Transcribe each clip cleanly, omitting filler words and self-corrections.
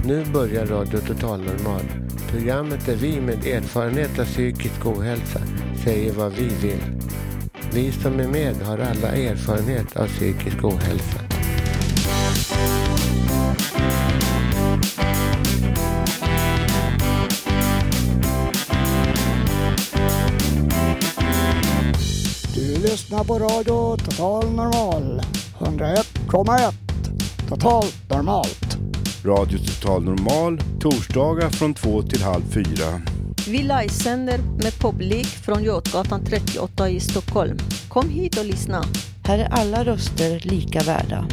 Nu börjar Radio Total Normal. Programmet där vi med erfarenhet av psykisk ohälsa säger vad vi vill. Vi som är med har alla erfarenhet av psykisk ohälsa. Du lyssnar på Radio Total Normal. 101,1. Totalt normalt. Radio Total Normal, torsdagar från 2 till halv 4. Vi livesänder med publik från Götgatan 38 i Stockholm. Kom hit och lyssna. Här är alla röster lika värda.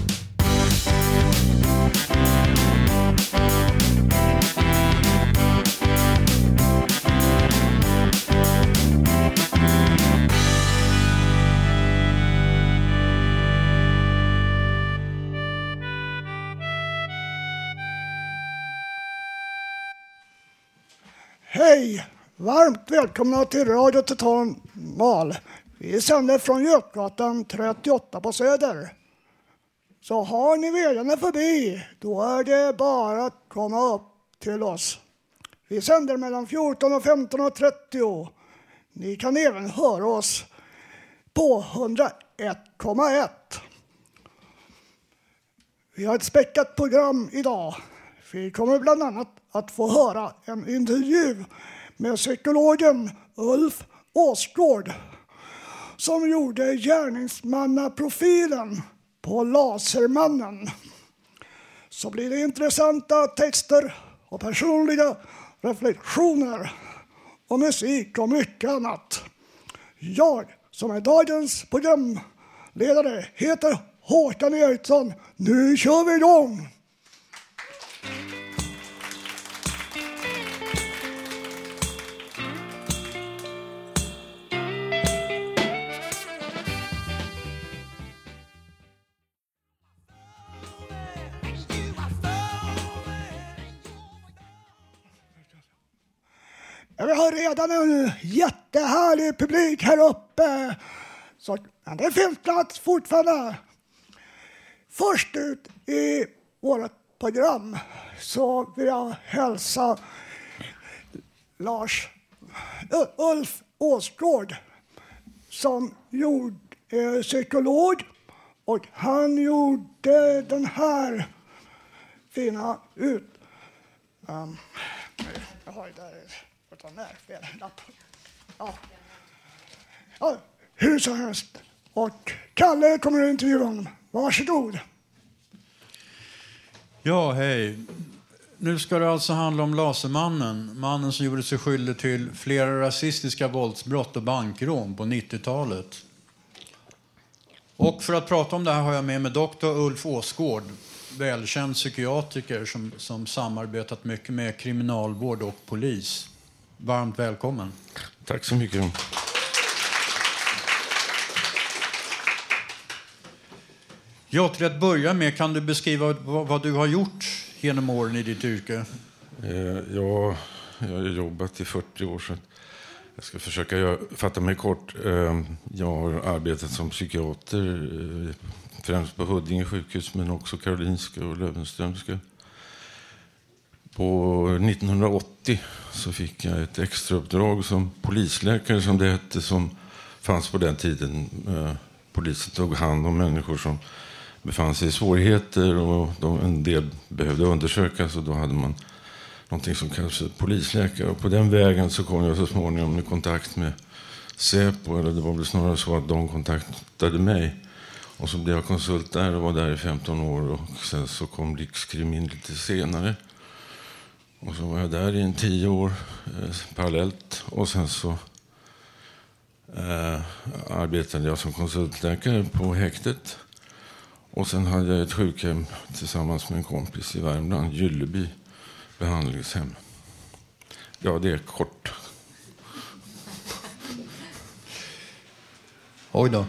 Hej! Varmt välkomna till Radio Total Normal. Vi sänder från Götgatan 38 på Söder. Så har ni vägarna förbi, då är det bara att komma upp till oss. Vi sänder mellan 14 och 15:30. Ni kan även höra oss på 101,1. Vi har ett späckat program idag. Vi kommer bland annat att få höra en intervju med psykologen Ulf Åsgård som gjorde gärningsmannaprofilen på Lasermannen. Så blir det intressanta texter och personliga reflektioner och musik och mycket annat. Jag som är dagens programledare heter Håkan Eriksson. Nu kör vi igång! Vi har redan en jättehärlig publik här uppe. Så det finns plats fortfarande. Först ut i vårt program så vill jag hälsa Ulf Åsgård som är psykolog. Och han gjorde den här fina jag har det där. Ja, hur som helst. Och Kalle kommer att intervjua honom. Varsågod. Ja, hej. Nu ska det alltså handla om Lasermannen. Mannen som gjorde sig skyldig till flera rasistiska våldsbrott och bankrån på 90-talet. Och för att prata om det här har jag med mig doktor Ulf Åsgård. Välkänd psykiatriker som samarbetat mycket med kriminalvård och polis. Varmt välkommen. Tack så mycket. Ja, till att börja med, kan du beskriva vad du har gjort genom åren i ditt yrke? Jag har jobbat i 40 år sedan. Jag ska försöka fatta mig kort. Jag har arbetat som psykiater, främst på Huddinge sjukhus, men också Karolinska och Löwenströmska. På 1980 så fick jag ett extrauppdrag som polisläkare, som det hette, som fanns på den tiden. Polisen tog hand om människor som befann sig i svårigheter och en del behövde undersökas, och då hade man någonting som kallades polisläkare. Och på den vägen så kom jag så småningom i kontakt med Säpo, eller det var väl snarare så att de kontaktade mig. Och så blev jag konsult där och var där i 15 år, och sen så kom Rikskrim in lite senare. Och så var jag där i 10 år parallellt. Och sen så arbetade jag som konsultläkare på häktet. Och sen hade jag ett sjukhem tillsammans med en kompis i Värmland, Gylleby behandlingshem. Ja, det är kort. Oj då.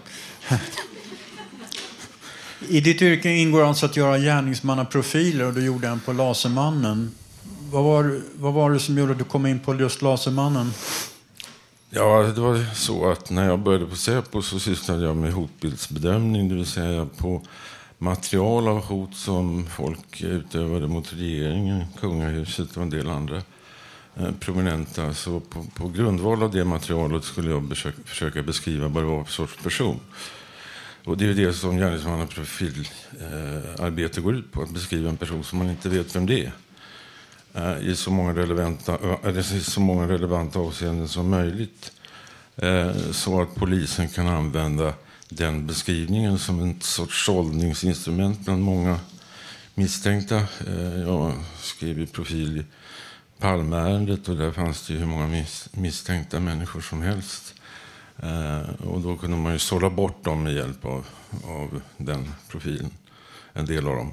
I ditt yrke ingår alltså att göra gärningsmannaprofiler, och du gjorde en på Lasermannen. Vad var det som gjorde att du kom in på just Lasermannen? Ja, det var så att när jag började på Säpo så sysslade jag med hotbildsbedömning, det vill säga på material av hot som folk utövade mot regeringen, kungahuset och en del andra prominenta. Så på grundval av det materialet skulle jag försöka beskriva vad det var för sorts person. Och det är det som gärningsmannaprofilarbete går ut på, att beskriva en person som man inte vet vem det är. I så många relevanta avseenden som möjligt. Så att polisen kan använda den beskrivningen som en sorts sållningsinstrument bland många misstänkta. Jag skrev i profil i Palmeärendet och där fanns det ju hur många misstänkta människor som helst. Och då kunde man ju sålla bort dem med hjälp av den profilen. En del av dem.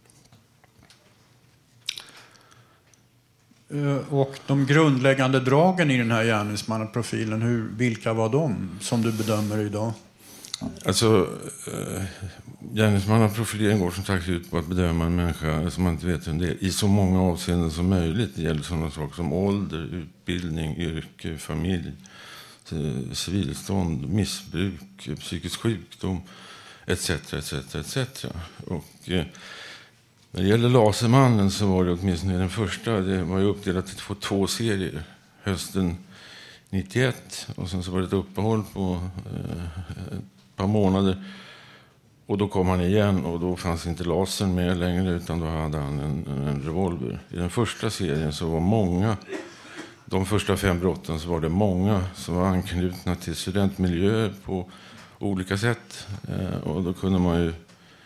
Och de grundläggande dragen i den här gärningsmannaprofilen, vilka var de som du bedömer idag? Alltså, gärningsmannaprofilering går som sagt ut på att bedöma en människa som man inte vet vem det är i så många avseenden som möjligt. Det gäller sådana saker som ålder, utbildning, yrke, familj, civilstånd, missbruk, psykisk sjukdom, etc. Och när det gäller Lasermannen så var det åtminstone den första. Det var ju uppdelat i två serier. Hösten 91 och sen så var det ett uppehåll på ett par månader. Och då kom han igen och då fanns inte lasern med längre utan då hade han en revolver. I den första serien så var många, de första 5 brotten så var det många som var anknutna till studentmiljöer på olika sätt. Och då kunde man ju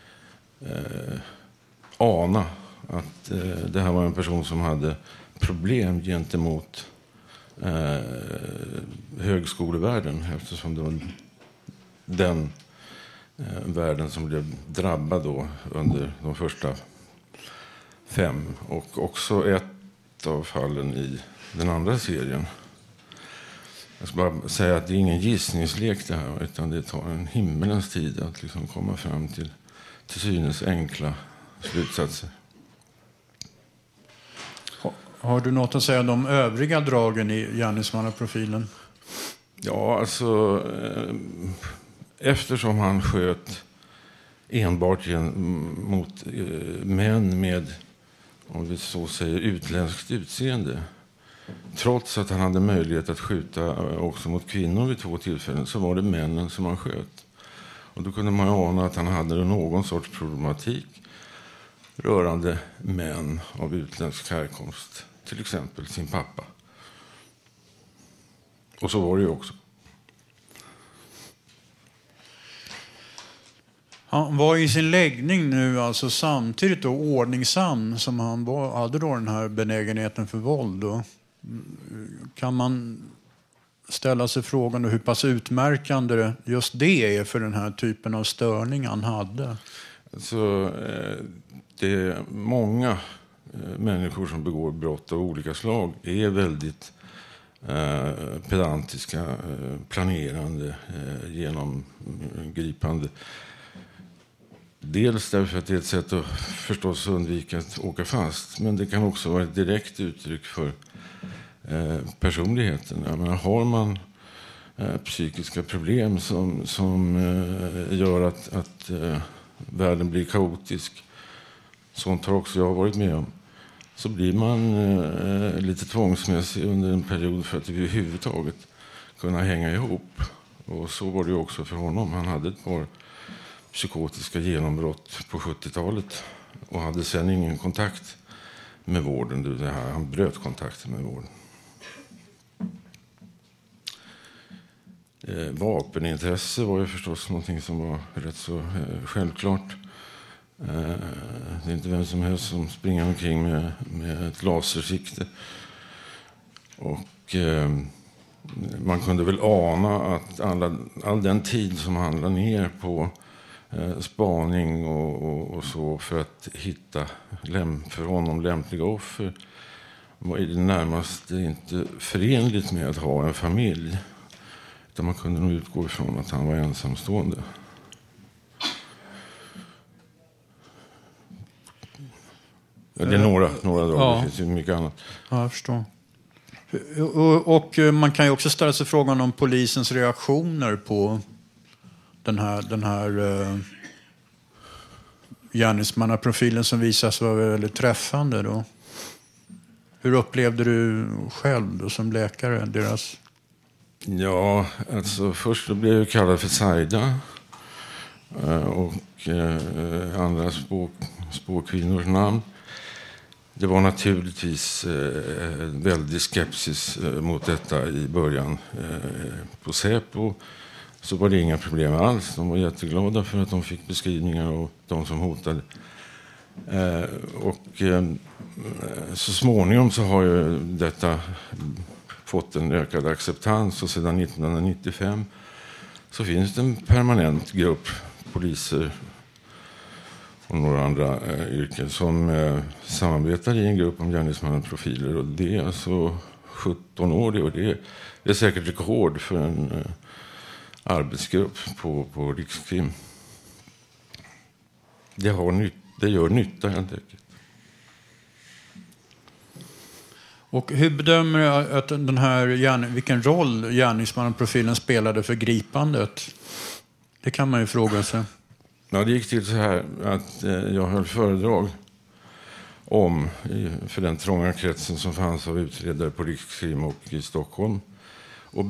ana att det här var en person som hade problem gentemot högskolevärlden eftersom det var den världen som blev drabbad då under de första 5 och också ett av fallen i den andra serien. Jag ska bara säga att det är ingen gissningslek det här utan det tar en himmelens tid att liksom komma fram till synes enkla slutsatser. Har du något att säga om de övriga dragen i gärningsmannaprofilen? Ja, alltså eftersom han sköt enbart mot män med, om vi så säger, utländskt utseende. Trots att han hade möjlighet att skjuta också mot kvinnor vid 2 tillfällen så var det männen som han sköt. Och då kunde man ana att han hade någon sorts problematik rörande män av utländsk härkomst. Till exempel sin pappa. Och så var det ju också. Han var i sin läggning nu alltså samtidigt då ordningsam som han hade då den här benägenheten för våld. Då. Kan man ställa sig frågan hur pass utmärkande just det är för den här typen av störning han hade? Alltså, det är många människor som begår brott av olika slag är väldigt pedantiska, planerande, genomgripande. Dels därför att det är ett sätt att förstås undvika att åka fast. Men det kan också vara ett direkt uttryck för personligheten. Jag menar, har man psykiska problem som gör att världen blir kaotisk, sånt har också jag varit med om, så blir man lite tvångsmässig under en period för att överhuvudtaget kunna hänga ihop. Och så var det ju också för honom. Han hade ett par psykotiska genombrott på 70-talet och hade sen ingen kontakt med vården. Han bröt kontakten med vården. Vapenintresse var ju förstås någonting som var rätt så självklart. Det är inte vem som helst som springer omkring med ett lasersikte. Och man kunde väl ana att all den tid som han la ner på spaning och så för att hitta för honom lämpliga offer var i det närmaste inte förenligt med att ha en familj. Utan man kunde nog utgå ifrån att han var ensamstående. Det är några drag, ja. Det finns ju mycket annat. Ja, jag förstår. Och man kan ju också ställa sig frågan om polisens reaktioner på den här gärningsmannaprofilen som visas vara väldigt träffande då. Hur upplevde du själv då som läkare deras? Ja, alltså först då blev jag kallad för Saida och andra spåkvinnors namn. Det var naturligtvis väldigt skepsis mot detta i början. På Säpo så var det inga problem alls. De var jätteglada för att de fick beskrivningar av de som hotade. Så småningom så har ju detta fått en ökad acceptans och sedan 1995 så finns det en permanent grupp poliser och några andra yrken som samarbetar i en grupp om gärningsmannaprofiler, och det är alltså 17 år och det är säkert rekord för en arbetsgrupp på Rikskrim. Det gör nytta helt enkelt. Och hur bedömer du att den här vilken roll gärningsmannaprofilen spelade för gripandet? Det kan man ju fråga sig. Ja, det gick till så här att jag höll föredrag för den trånga kretsen som fanns av utredare på Rikskrim och i Stockholm och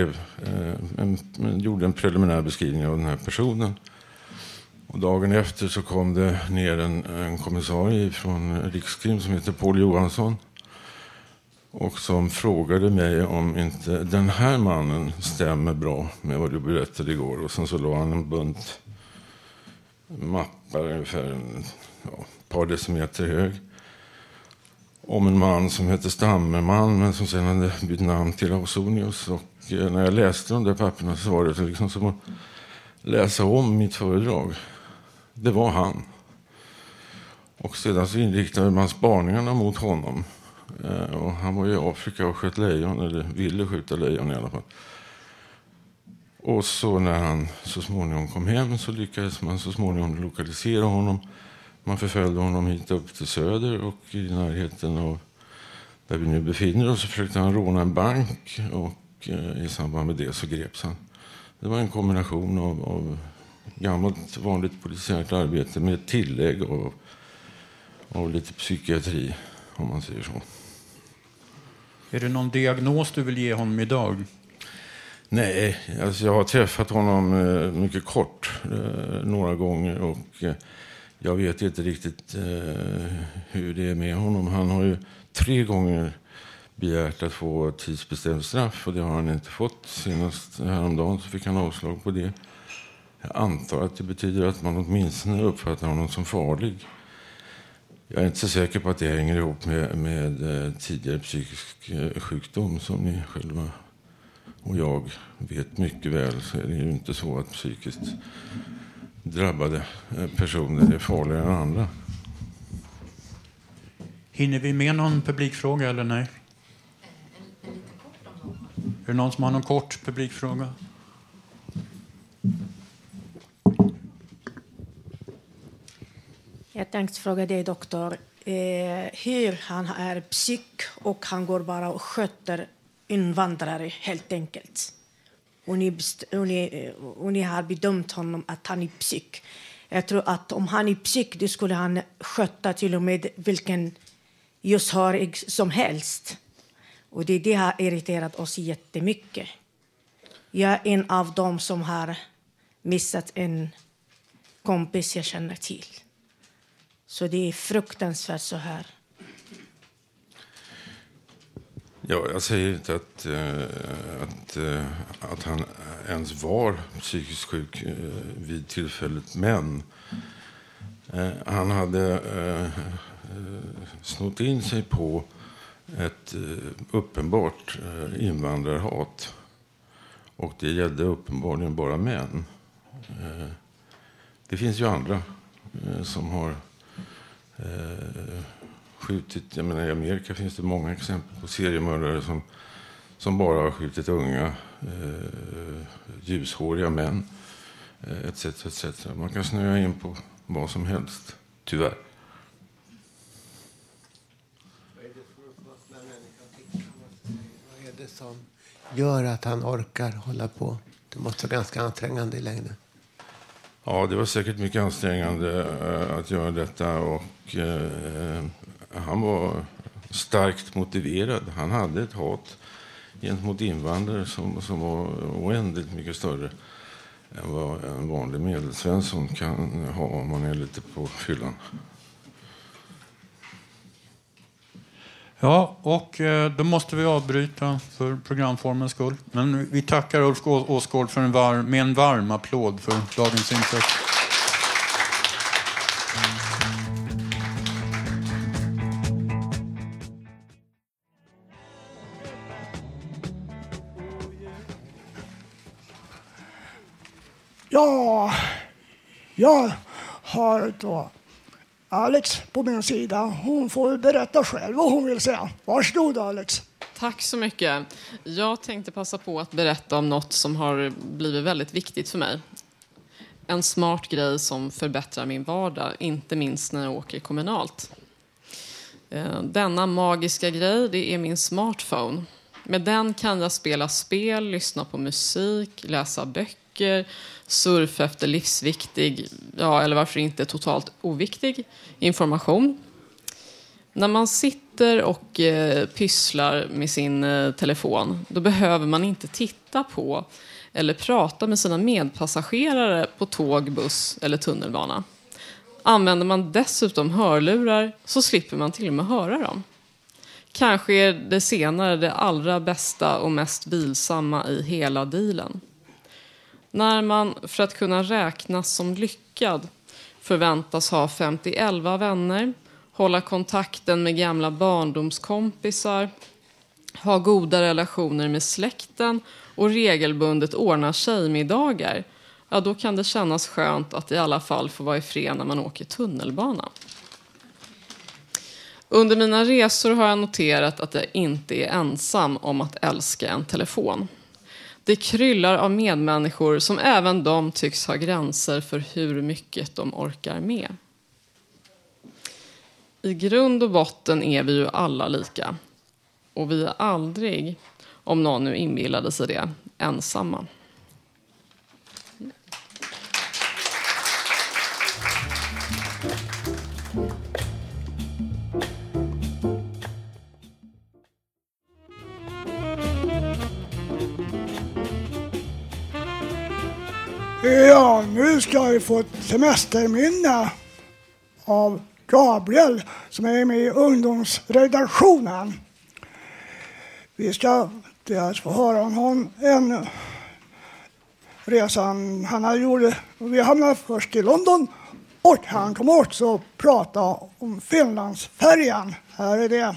gjorde en preliminär beskrivning av den här personen. Och dagen efter så kom det ner en kommissarie från Rikskrim som heter Paul Johansson och som frågade mig om inte den här mannen stämmer bra med vad du berättade igår. Och sen så la han en bunt mappar ungefär ett par decimeter hög om en man som heter Stammerman men som sen hade bytt namn till Ausonius. Och när jag läste de där papperna så var det liksom som att läsa om mitt föredrag. Det var han. Och sedan så inriktade man spaningarna mot honom. Och han var i Afrika och sköt lejon, eller ville skjuta lejon i alla fall. Och så när han så småningom kom hem så lyckades man så småningom lokalisera honom. Man förföljde honom hit upp till söder och i närheten av där vi nu befinner oss så försökte han råna en bank och i samband med det så greps han. Det var en kombination av gammalt vanligt polisiärt arbete med ett tillägg av lite psykiatri, om man säger så. Är det någon diagnos du vill ge honom idag? Nej, alltså jag har träffat honom mycket kort några gånger och jag vet inte riktigt hur det är med honom. Han har ju 3 gånger begärt att få tidsbestämt straff och det har han inte fått. Senast häromdagen så fick han avslag på det. Jag antar att det betyder att man åtminstone uppfattar honom som farlig. Jag är inte så säker på att det hänger ihop med tidigare psykisk sjukdom som ni själva och jag vet mycket väl, så är det ju inte så att psykiskt drabbade personer är farligare än andra. Hinner vi med någon publikfråga eller nej? Är det någon som har någon kort publikfråga? Jag tänkte fråga dig, doktor, hur han är psyk och han går bara och sköter invandrare helt enkelt. Och ni har bedömt honom att han är psyk. Jag tror att om han är psyk, då skulle han sköta till och med vilken ljushörig som helst. Och det har irriterat oss jättemycket. Jag är en av dem som har missat en kompis jag känner till. Så det är fruktansvärt så här. Ja, jag säger inte att han ens var psykiskt sjuk vid tillfället, men han hade snott in sig på ett uppenbart invandrarhat. Och det gällde uppenbarligen bara män. Det finns ju andra som har skjutit. Jag menar, i Amerika finns det många exempel på seriemördare som bara har skjutit unga ljushåriga män etc. etc. Man kan snöa in på vad som helst, tyvärr. Vad är det som gör att han orkar hålla på? Det måste vara ganska ansträngande i längden. Ja, det var säkert mycket ansträngande att göra detta, och han var starkt motiverad. Han hade ett hat gentemot invandrare som var oändligt mycket större än vad en vanlig medelsvensson kan ha om man är lite på fyllan. Ja, och då måste vi avbryta för programformens skull. Men vi tackar Ulf Åsgård med en varm applåd för dagens insats. Ja, jag har då Alex på min sida. Hon får berätta själv vad hon vill säga. Varsågod Alex. Tack så mycket. Jag tänkte passa på att berätta om något som har blivit väldigt viktigt för mig. En smart grej som förbättrar min vardag, inte minst när jag åker kommunalt. Denna magiska grej, det är min smartphone. Med den kan jag spela spel, lyssna på musik, läsa böcker, surfa efter livsviktig, eller varför inte totalt oviktig information. När man sitter och pysslar med sin telefon, då behöver man inte titta på eller prata med sina medpassagerare på tåg, buss eller tunnelbana. Använder man dessutom hörlurar så slipper man till och med höra dem. Kanske är det senare det allra bästa och mest vilsamma i hela dealen. När man för att kunna räknas som lyckad förväntas ha 51 vänner, hålla kontakten med gamla barndomskompisar, ha goda relationer med släkten och regelbundet ordna tjejmiddagar, då kan det kännas skönt att i alla fall få vara i fred när man åker tunnelbana. Under mina resor har jag noterat att jag inte är ensam om att älska en telefon. Det kryllar av medmänniskor som även de tycks ha gränser för hur mycket de orkar med. I grund och botten är vi ju alla lika. Och vi är aldrig, om någon nu inbillade sig det, ensamma. Ja, nu ska vi få ett semesterminne av Gabriel som är med i ungdomsredaktionen. Vi ska dels få höra om en resa han har gjort. Vi hamnade först i London och han kommer också prata om Finlandsfärjan. Här är det.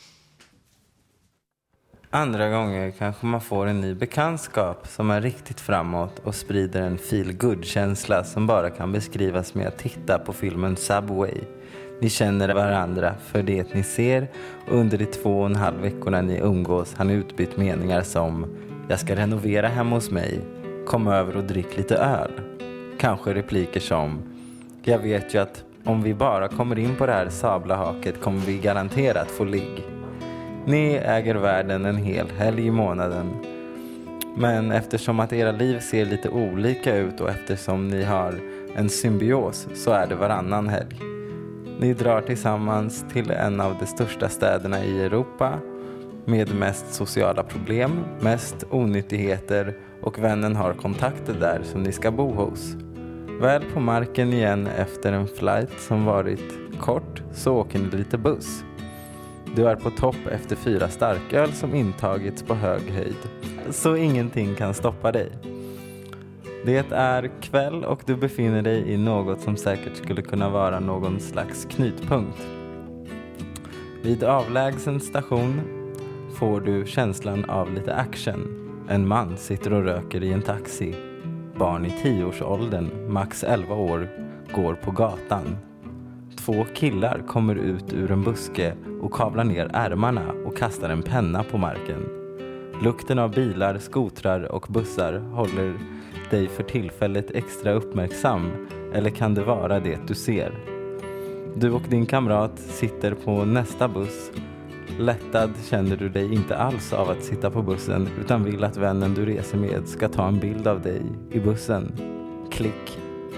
Andra gånger kanske man får en ny bekantskap som är riktigt framåt och sprider en feel-good-känsla som bara kan beskrivas med att titta på filmen Subway. Ni känner varandra för det ni ser och under de 2,5 veckorna ni umgås har ni utbytt meningar som jag ska renovera hemma hos mig, kom över och drick lite öl. Kanske repliker som jag vet ju att om vi bara kommer in på det här sablahaket kommer vi garanterat få ligg. Ni äger världen en hel helg i månaden. Men eftersom att era liv ser lite olika ut och eftersom ni har en symbios så är det varannan helg. Ni drar tillsammans till en av de största städerna i Europa med mest sociala problem, mest onyttigheter och vännen har kontakter där som ni ska bo hos. Väl på marken igen efter en flight som varit kort så åker ni lite buss. Du är på topp efter 4 starköl som intagits på hög höjd. Så ingenting kan stoppa dig. Det är kväll och du befinner dig i något som säkert skulle kunna vara någon slags knutpunkt. Vid avlägsen station får du känslan av lite action. En man sitter och röker i en taxi. Barn i 10-årsåldern, max 11 år, går på gatan. 2 killar kommer ut ur en buske och kavlar ner ärmarna och kastar en penna på marken. Lukten av bilar, skotrar och bussar håller dig för tillfället extra uppmärksam, eller kan det vara det du ser? Du och din kamrat sitter på nästa buss. Lättad känner du dig inte alls av att sitta på bussen utan vill att vännen du reser med ska ta en bild av dig i bussen. Klick.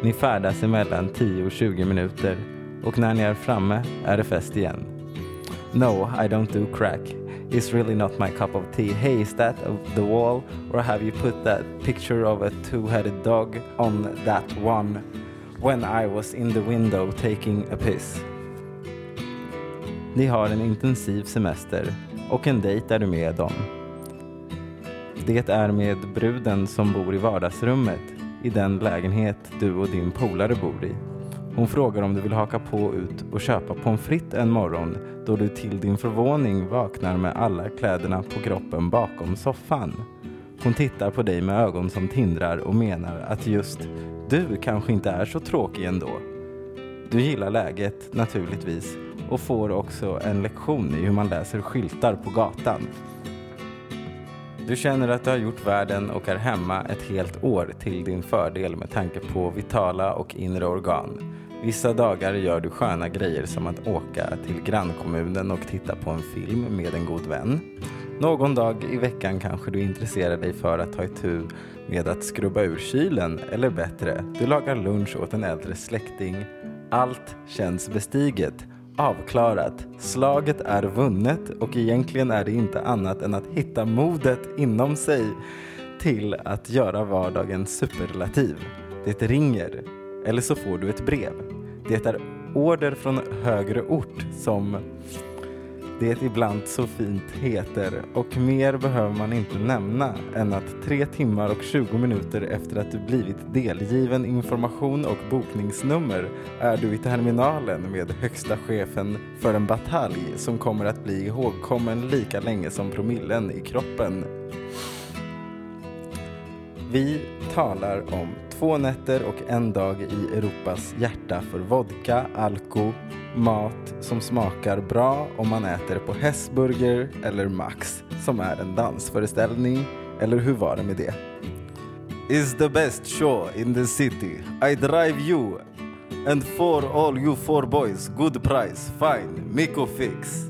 Ni färdas emellan 10 och 20 minuter och när ni är framme är det fest igen. No, I don't do crack. It's really not my cup of tea. Hey, is that of the wall? Or have you put that picture of a two-headed dog on that one when I was in the window taking a piss? Ni har en intensiv semester och en dejt är du med om. Det är med bruden som bor i vardagsrummet i den lägenhet du och din polare bor i. Hon frågar om du vill haka på ut och köpa pommes frites en morgon då du till din förvåning vaknar med alla kläderna på kroppen bakom soffan. Hon tittar på dig med ögon som tindrar och menar att just du kanske inte är så tråkig ändå. Du gillar läget naturligtvis och får också en lektion i hur man läser skyltar på gatan. Du känner att du har gjort världen och är hemma ett helt år till din fördel med tanke på vitala och inre organ. Vissa dagar gör du sköna grejer som att åka till grannkommunen och titta på en film med en god vän. Någon dag i veckan kanske du intresserar dig för att ta itu med att skrubba ur kylen, eller bättre, du lagar lunch åt en äldre släkting. Allt känns bestiget, avklarat, slaget är vunnet och egentligen är det inte annat än att hitta modet inom sig till att göra vardagen superlativ. Det ringer, eller så får du ett brev. Det är order från högre ort som det ibland så fint heter, och mer behöver man inte nämna än att 3 timmar och 20 minuter efter att du blivit delgiven information och bokningsnummer är du i terminalen med högsta chefen för en batalj som kommer att bli ihågkommen lika länge som promillen i kroppen. Vi talar om 2 nätter och en dag i Europas hjärta för vodka, alko, mat som smakar bra om man äter på Hesburger eller Max som är en dansföreställning, eller hur var det med det? Is the best show in the city. I drive you and for all you 4 boys, good price, fine, Miko fix.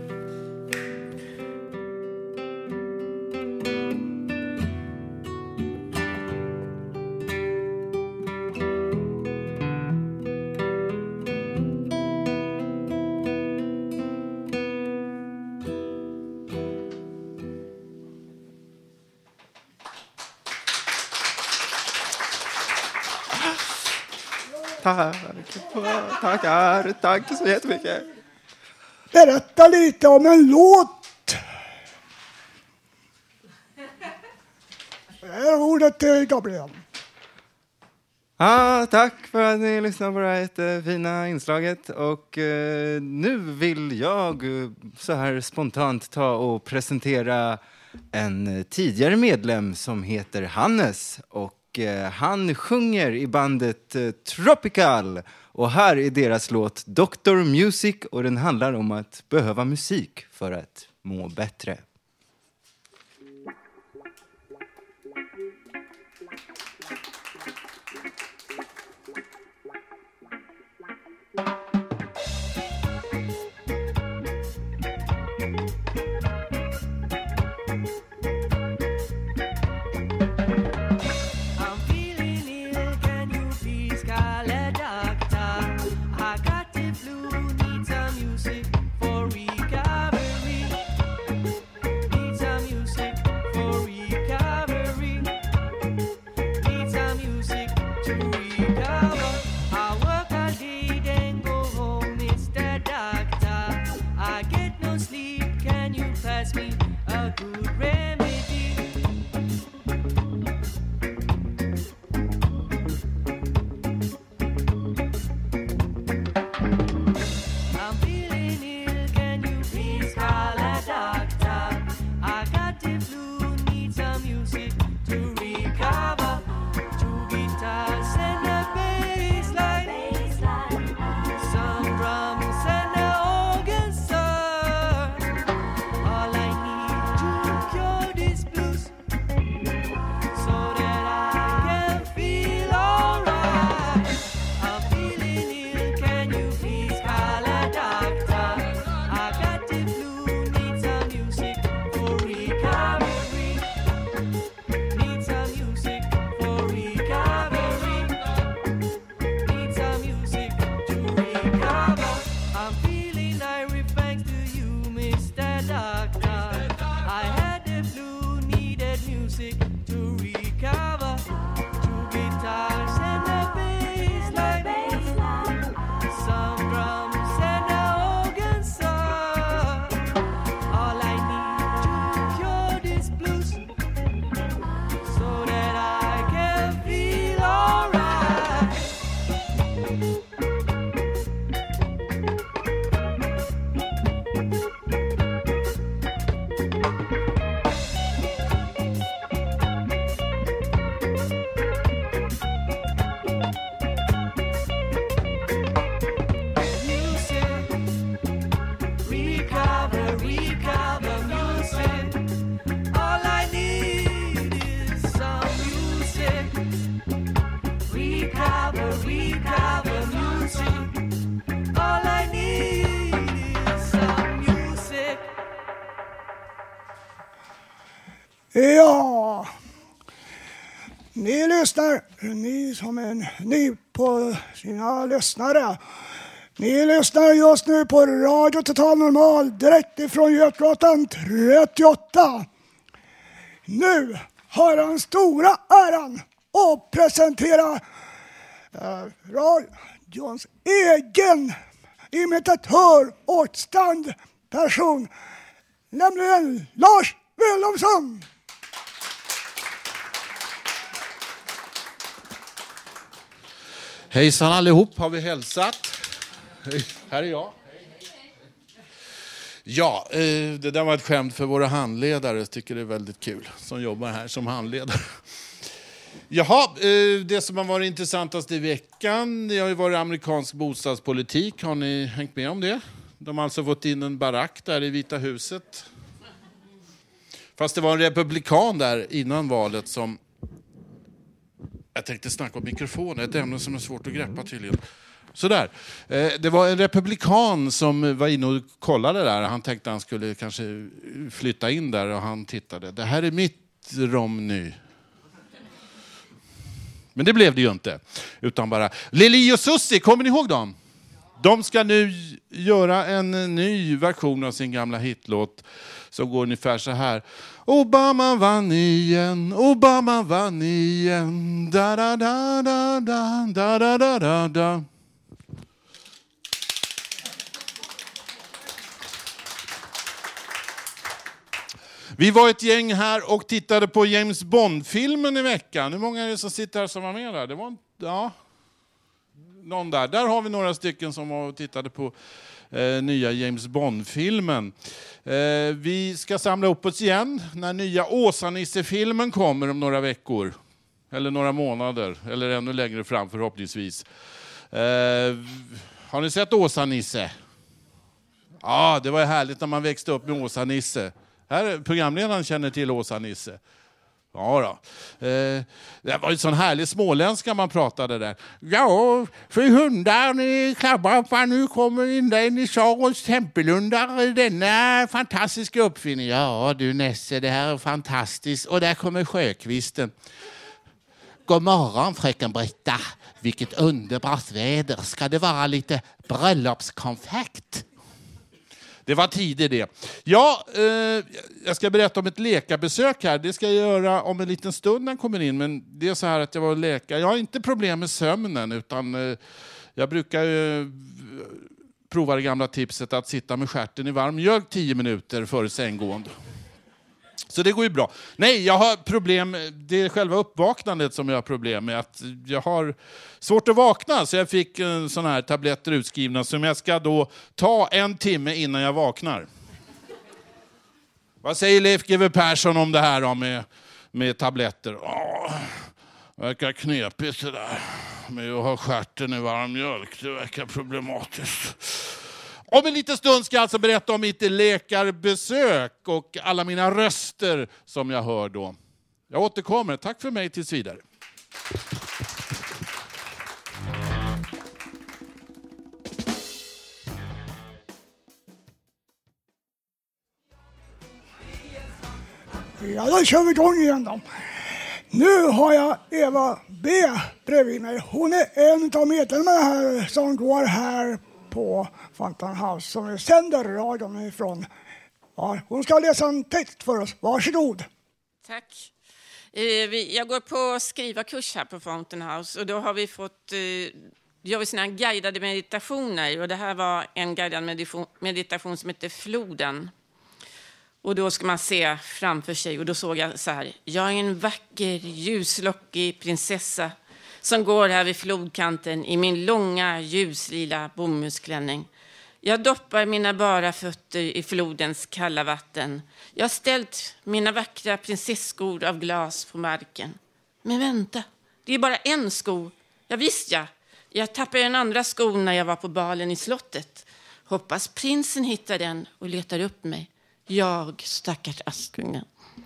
Tack så jättemycket. Berätta lite om en låt. Är ordet till Gabriel. Tack för att ni lyssnar på det här jättefina inslaget. Och nu vill jag så här spontant ta och presentera en tidigare medlem som heter Hannes. Och han sjunger i bandet Tropical. Och här är deras låt Dr. Music, och den handlar om att behöva musik för att må bättre. Doctor. Mr. Doctor. I had the flu, needed music to recover. Two guitars and a bass line, some drums and a organ song. All I need to cure this blues, so that I can feel alright. Ja, ni lyssnar, ni som är ny på sina lyssnare. Ni lyssnar just nu på Radio Total Normal direkt ifrån Götgatan 38. Nu har jag den stora äran att presentera radions egen imitatör och standperson, nämligen Lars Wilhelmsson. Hejsan allihop, har vi hälsat. Här är jag. Ja, det där var ett skämt för våra handledare. Jag tycker det är väldigt kul som jobbar här som handledare. Jaha, det som har varit intressantast i veckan, det har ju varit amerikansk bostadspolitik. Har ni hängt med om det? De har alltså fått in en barack där i Vita huset. Fast det var en republikan där innan valet som... Jag tänkte snacka om mikrofoner, ett ämne som är svårt att greppa tydligen. Sådär. Det var en republikan som var inne och kollade där. Han tänkte han skulle kanske flytta in där och han tittade. Det här är mitt Romney. Men det blev det ju inte. Utan bara, Lili och Susie, kommer ni ihåg dem? De ska nu göra en ny version av sin gamla hitlåt som går ungefär så här. Obama vann igen, Obama vann igen, da da da da da da da da da. Vi var ett gäng här och tittade på James Bond-filmen i veckan. Hur många är det som sitter här som var med där? Det var någon där. Där har vi några stycken som var och tittade på nya James Bond-filmen. Vi ska samla upp oss igen när nya Åsa-Nisse-filmen kommer om några veckor. Eller några månader. Eller ännu längre fram förhoppningsvis. Har ni sett Åsa-Nisse? Ja, det var härligt när man växte upp med Åsa-Nisse. Här, programledaren känner till Åsa-Nisse. Ja då. Det var ju sån härlig småländska man pratade där. Ja, för hundar ni klabbar, nu kommer in i Sarons tempelundar denna fantastiska uppfinning. Ja du Nesse, det här är fantastiskt. Och där kommer Sjökvisten. God morgon fröken Britta. Vilket underbart väder. Ska det vara lite bröllopskonfekt? Det var tidigt det. Ja, jag ska berätta om ett läkarbesök här. Det ska jag göra om en liten stund när jag kommer in. Men det är så här att jag var läkare. Jag har inte problem med sömnen utan jag brukar prova det gamla tipset att sitta med stjärten i varm mjölk 10 minuter före sänggående. Så det går ju bra. Nej, jag har problem. Det är själva uppvaknandet som jag har problem med. Att jag har svårt att vakna. Så jag fick såna här tabletter utskrivna som jag ska då ta 1 timme innan jag vaknar. Vad säger Leif GW Persson om det här då med tabletter? Det verkar knepigt det där. Med att ha stjärten i varm mjölk. Det verkar problematiskt. Om en liten stund ska jag alltså berätta om mitt läkarbesök och alla mina röster som jag hör då. Jag återkommer. Tack för mig tills vidare. Ja, då kör vi igång igen då. Nu har jag Eva B bredvid mig. Hon är en av medlemmarna här som går här på Fountain House som vi sänder radion ifrån Ja, hon ska läsa en text för oss. Varsågod. Tack. Jag går på skrivarkurs här på Fountain House och då har vi fått gör vi såna här guidade meditationer och det här var en guidad meditation som heter Floden. Och då ska man se framför sig och då såg jag så här: jag är en vacker ljuslockig prinsessa som går här vid flodkanten i min långa ljuslila bomullsklänning. Jag doppar mina bara fötter i flodens kalla vatten. Jag har ställt mina vackra prinsesskor av glas på marken. Men vänta, det är bara en sko. Ja, visst ja. Jag tappade den andra skon när jag var på balen i slottet. Hoppas prinsen hittar den och letar upp mig. Jag, stackars Askungen.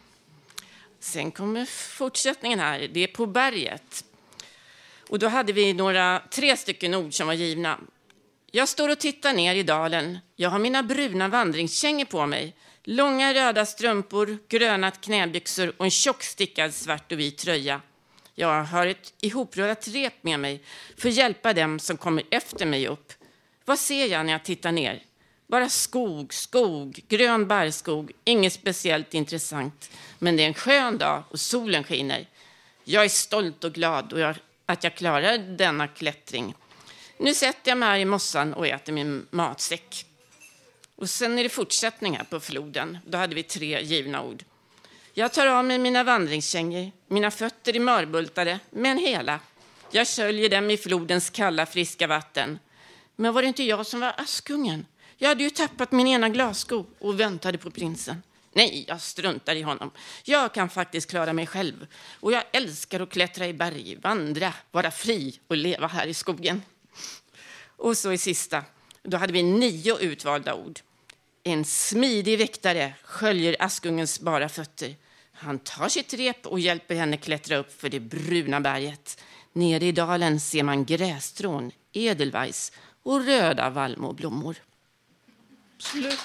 Sen kommer fortsättningen här. Det är på berget. Och då hade vi 3 stycken ord som var givna. Jag står och tittar ner i dalen. Jag har mina bruna vandringskängor på mig. Långa röda strumpor, gröna knäbyxor och en tjockstickad svart och vit tröja. Jag har ett ihoprullat rep med mig för att hjälpa dem som kommer efter mig upp. Vad ser jag när jag tittar ner? Bara skog, grön barrskog. Inget speciellt intressant. Men det är en skön dag och solen skiner. Jag är stolt och glad att jag klarar denna klättring. Nu sätter jag mig här i mossan och äter min matsäck. Och sen är det fortsättning här på floden. Då hade vi 3 givna ord. Jag tar av mig mina vandringskängor. Mina fötter är mörbultade, men hela. Jag sköljer dem i flodens kalla, friska vatten. Men var det inte jag som var Askungen? Jag hade ju tappat min ena glassko och väntade på prinsen. Nej, jag struntar i honom. Jag kan faktiskt klara mig själv. Och jag älskar att klättra i berg, vandra, vara fri och leva här i skogen. Och så i sista, då hade vi 9 utvalda ord. En smidig väktare sköljer Askungens bara fötter. Han tar sitt rep och hjälper henne klättra upp för det bruna berget. Nere i dalen ser man grässtrån, edelweiss och röda vallmoblommor. Slut.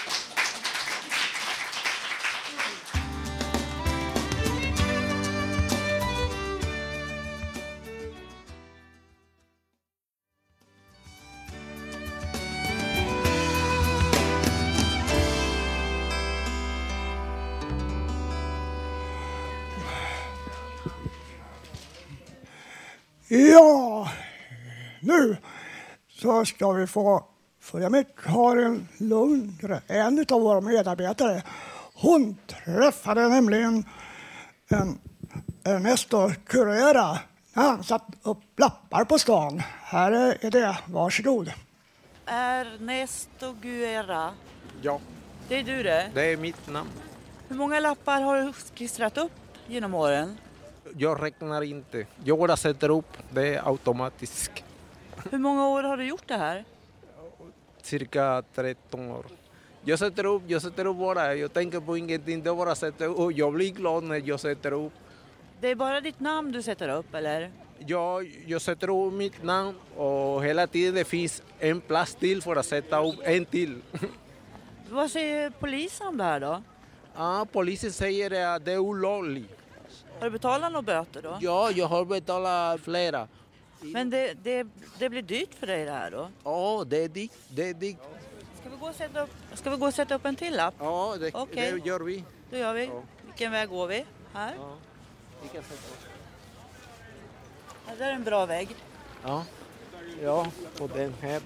Ja, nu så ska vi få följa med Karin Lundgren, en av våra medarbetare. Hon träffade nämligen en Ernesto Curera när han satt upp lappar på stan. Här är det, varsågod. Ernesto Guerra. Ja. Det är du det? Det är mitt namn. Hur många lappar har du klistrat upp genom åren? Jag räknar inte. Jag bara sätter upp. Det är automatiskt. Hur många år har du gjort det här? Cirka 13 år. Jag sätter upp bara. Jag tänker på ingenting. Det bara sätter upp. Jag blir glad när jag sätter upp. Det är bara ditt namn du sätter upp, eller? Ja, jag sätter upp mitt namn och hela tiden det finns en plats till för att sätta upp en till. Vad säger polisen om det här då? Polisen säger att det är olagligt. Har du betalat några böter då? Ja, jag har betalat flera. Men det blir dyrt för dig det här då? Ja, det är dyrt. Ska vi gå och sätta upp en till lapp? Ja, det gör vi. Det gör vi. Ja. Vilken väg går vi? Här? Ja, vi kan sätta upp. Ja, det är en bra väg. Ja, på den här.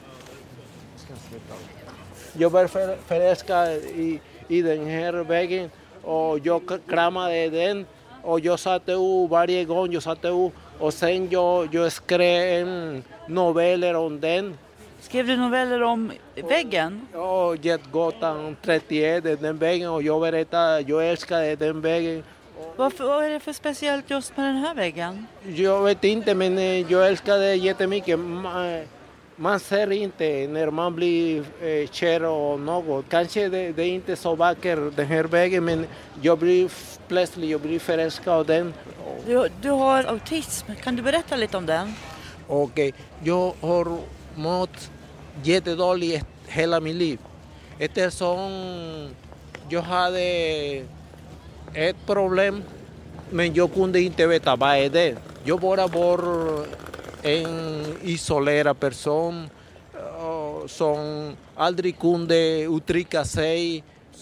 Jag var förälskad i den här vägen och jag kramade den och jag satte upp varje gång jag satte upp och sen jag skrev en noveller om den. Skrev du noveller om väggen? Ja, Getgatan 31, den vägen och jag berättade, jag älskade den vägen. Vad är det för speciellt just med den här väggen? Jag vet inte, men jag älskar det jättemycket. Man ser inte när man blir kär och något. Kanske det är inte så vacker den här vägen, men jag blir förälskad av den. Du har autism. Kan du berätta lite om den? Okej, jag har mått jättedåligt hela mitt liv. Eftersom jag hade ett problem, men jag kunde inte veta vad är det. Jag bara var en isolerad person som aldrig kunde uttrycka sig,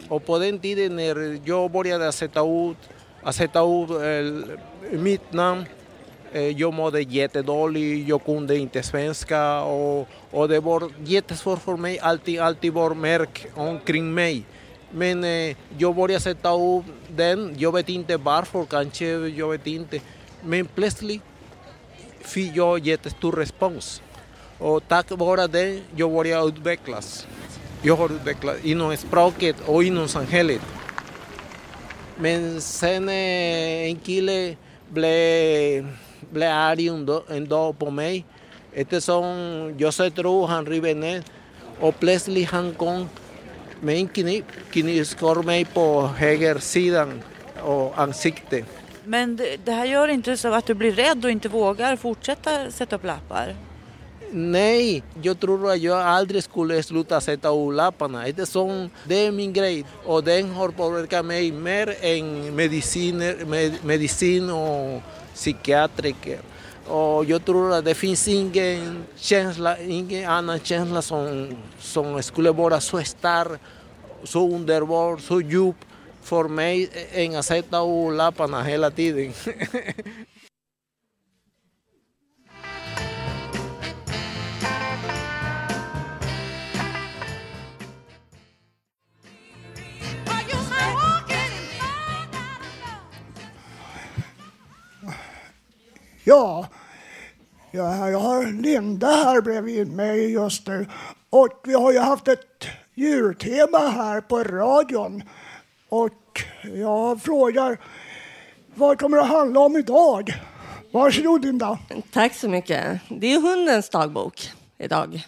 Och på den tiden när jag började sätta ut mitt namn, jag mådde jättedåligt, jag kunde inte svenska och det var jättesvårt för mig, alltid var märk omkring mig. Men jag började sätta upp den, jag vet inte varför, kanske, jag vet inte. Men plötsligt fick jag jättestor respons. Och tack vare det, jag började utvecklas. Jag har utvecklats inom språket och inom samhället. Men sen en kille blev arg en dag på mig. Eftersom jag tror han river ner. Och plötsligt han kom med en kniv skar mig på höger sidan och ansiktet. Men det här gör inte så att du blir rädd och inte vågar fortsätta sätta upp lappar? Nej, jag tror att jag aldrig skulle sluta sätta upp lapparna. Det är min grej och den har påverkat mig mer än medicin och psykiatriker. Och jag tror att det finns ingen annan känsla som skulle vara så stark, så underbar, så djup för mig än att sätta upp lapparna hela tiden. Ja, jag har Linda här bredvid mig just nu. Och vi har ju haft ett djurtema här på radion. Och jag frågar, vad kommer det att handla om idag? Varsågod Linda. Tack så mycket. Det är hundens dagbok idag.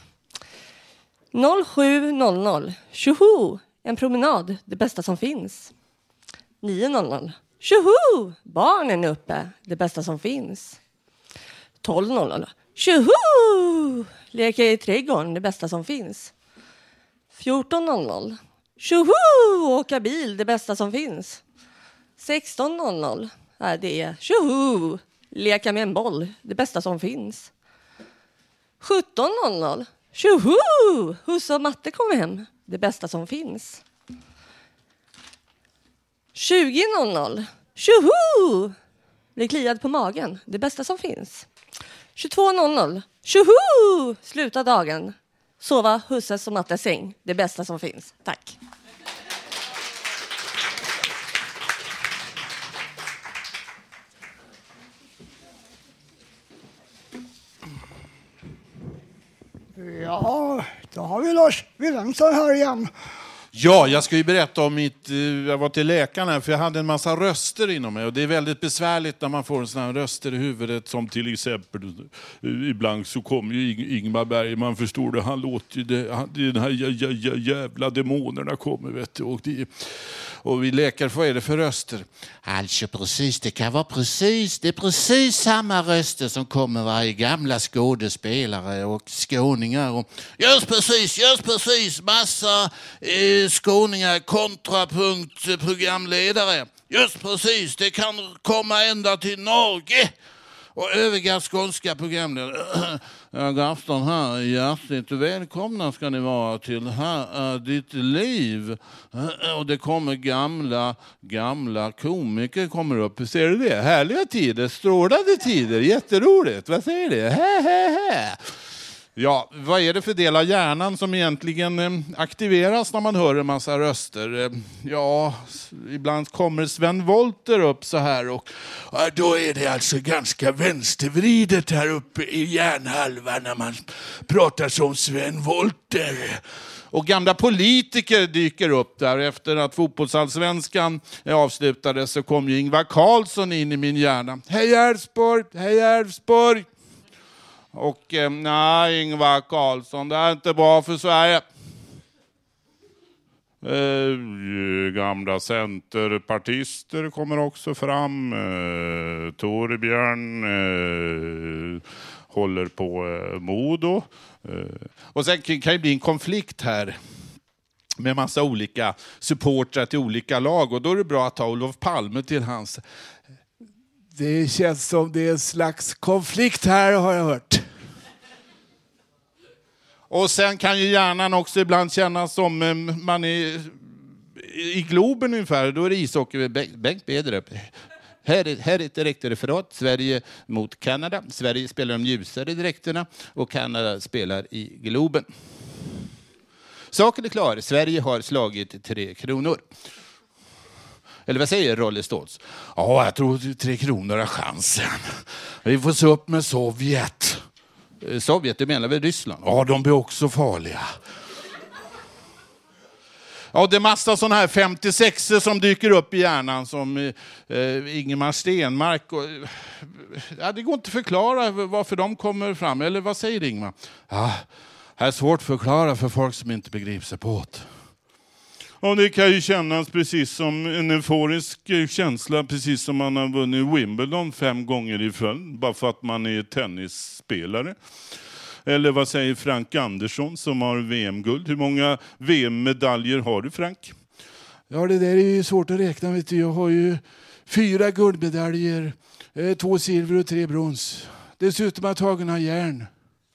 07:00. Tjoho! En promenad, det bästa som finns. 9:00. Tjoho! Barnen är uppe, det bästa som finns. 12:00. Tjoho! Leker i trädgården, det bästa som finns. 14:00. Tjoho! Åka bil, det bästa som finns. 16:00. Det är tjoho! Leka med en boll, det bästa som finns. 17:00. Tjoho! Husse och matte kommer hem, det bästa som finns. 20:00. Tjoho! Blir kliad på magen, det bästa som finns. 22:00. Tjoho! Sluta dagen. Sova husses och mattes säng, det bästa som finns. Tack. Ja, då har vi Lars Wilhelmsson här igen. Ja, jag ska ju berätta om jag var till läkaren här för jag hade en massa röster inom mig och det är väldigt besvärligt när man får en sån här röster i huvudet som till exempel ibland så kommer ju Ingmar Bergman, förstår du, han låter ju den här jävla demonerna kommer vet du och vi läkare, vad är det för röster? Alltså precis, det kan vara precis samma röster som kommer varje gamla skådespelare och skåningar och görs precis, massa skåningar, kontrapunkt, programledare. Just precis, det kan komma ända till Norge. Och övriga skånska programledare. Gaston här, hjärtligt välkomna ska ni vara till Här är ditt liv. Och det kommer gamla komiker kommer upp. Ser du det? Härliga tider, strålande tider, jätteroligt. Vad säger det? Ja, vad är det för del av hjärnan som egentligen aktiveras när man hör en massa röster? Ja, ibland kommer Sven Wollter upp så här och då är det alltså ganska vänstervridet här uppe i hjärnhalvan när man pratar som Sven Wollter. Och gamla politiker dyker upp där. Efter att fotbollsallsvenskan avslutades så kom ju Ingvar Carlsson in i min hjärna. Hej Elfsborg! Och nej, Ingvar Carlsson, det är inte bra för Sverige. Gamla centerpartister kommer också fram. Torbjörn håller på Modo. Och sen kan det bli en konflikt här med massa olika supportrar till olika lag. Och då är det bra att ta Olof Palme till hans. Det känns som det är en slags konflikt här har jag hört. Och sen kan ju hjärnan också ibland kännas som man är i Globen ungefär, då är det ishockey. Bengt Beder upp. Här är ett direktreferat. Sverige mot Kanada. Sverige spelar de ljusare direkterna och Kanada spelar i Globen. Saken är klar. Sverige har slagit 3 kronor. Eller vad säger Rolle Stoltz? Ja, jag tror 3 kronor har chansen. Vi får se upp med Sovjet. Sovjet, det menar väl Ryssland? Ja, de blir också farliga. Ja, det är massa sådana här 56 som dyker upp i hjärnan som Ingemar Stenmark. Ja, det går inte att förklara varför de kommer fram. Eller vad säger Ingmar? Ja, det är svårt att förklara för folk som inte begriper sig på det. Och det kan ju kännas precis som en euforisk känsla, precis som man har vunnit Wimbledon 5 gånger i följd, bara för att man är tennisspelare. Eller vad säger Frank Andersson som har VM-guld? Hur många VM-medaljer har du, Frank? Ja, det där är ju svårt att räkna, vet du. Jag har ju 4 guldmedaljer, 2 silver och 3 brons. Dessutom har jag tagit några järn.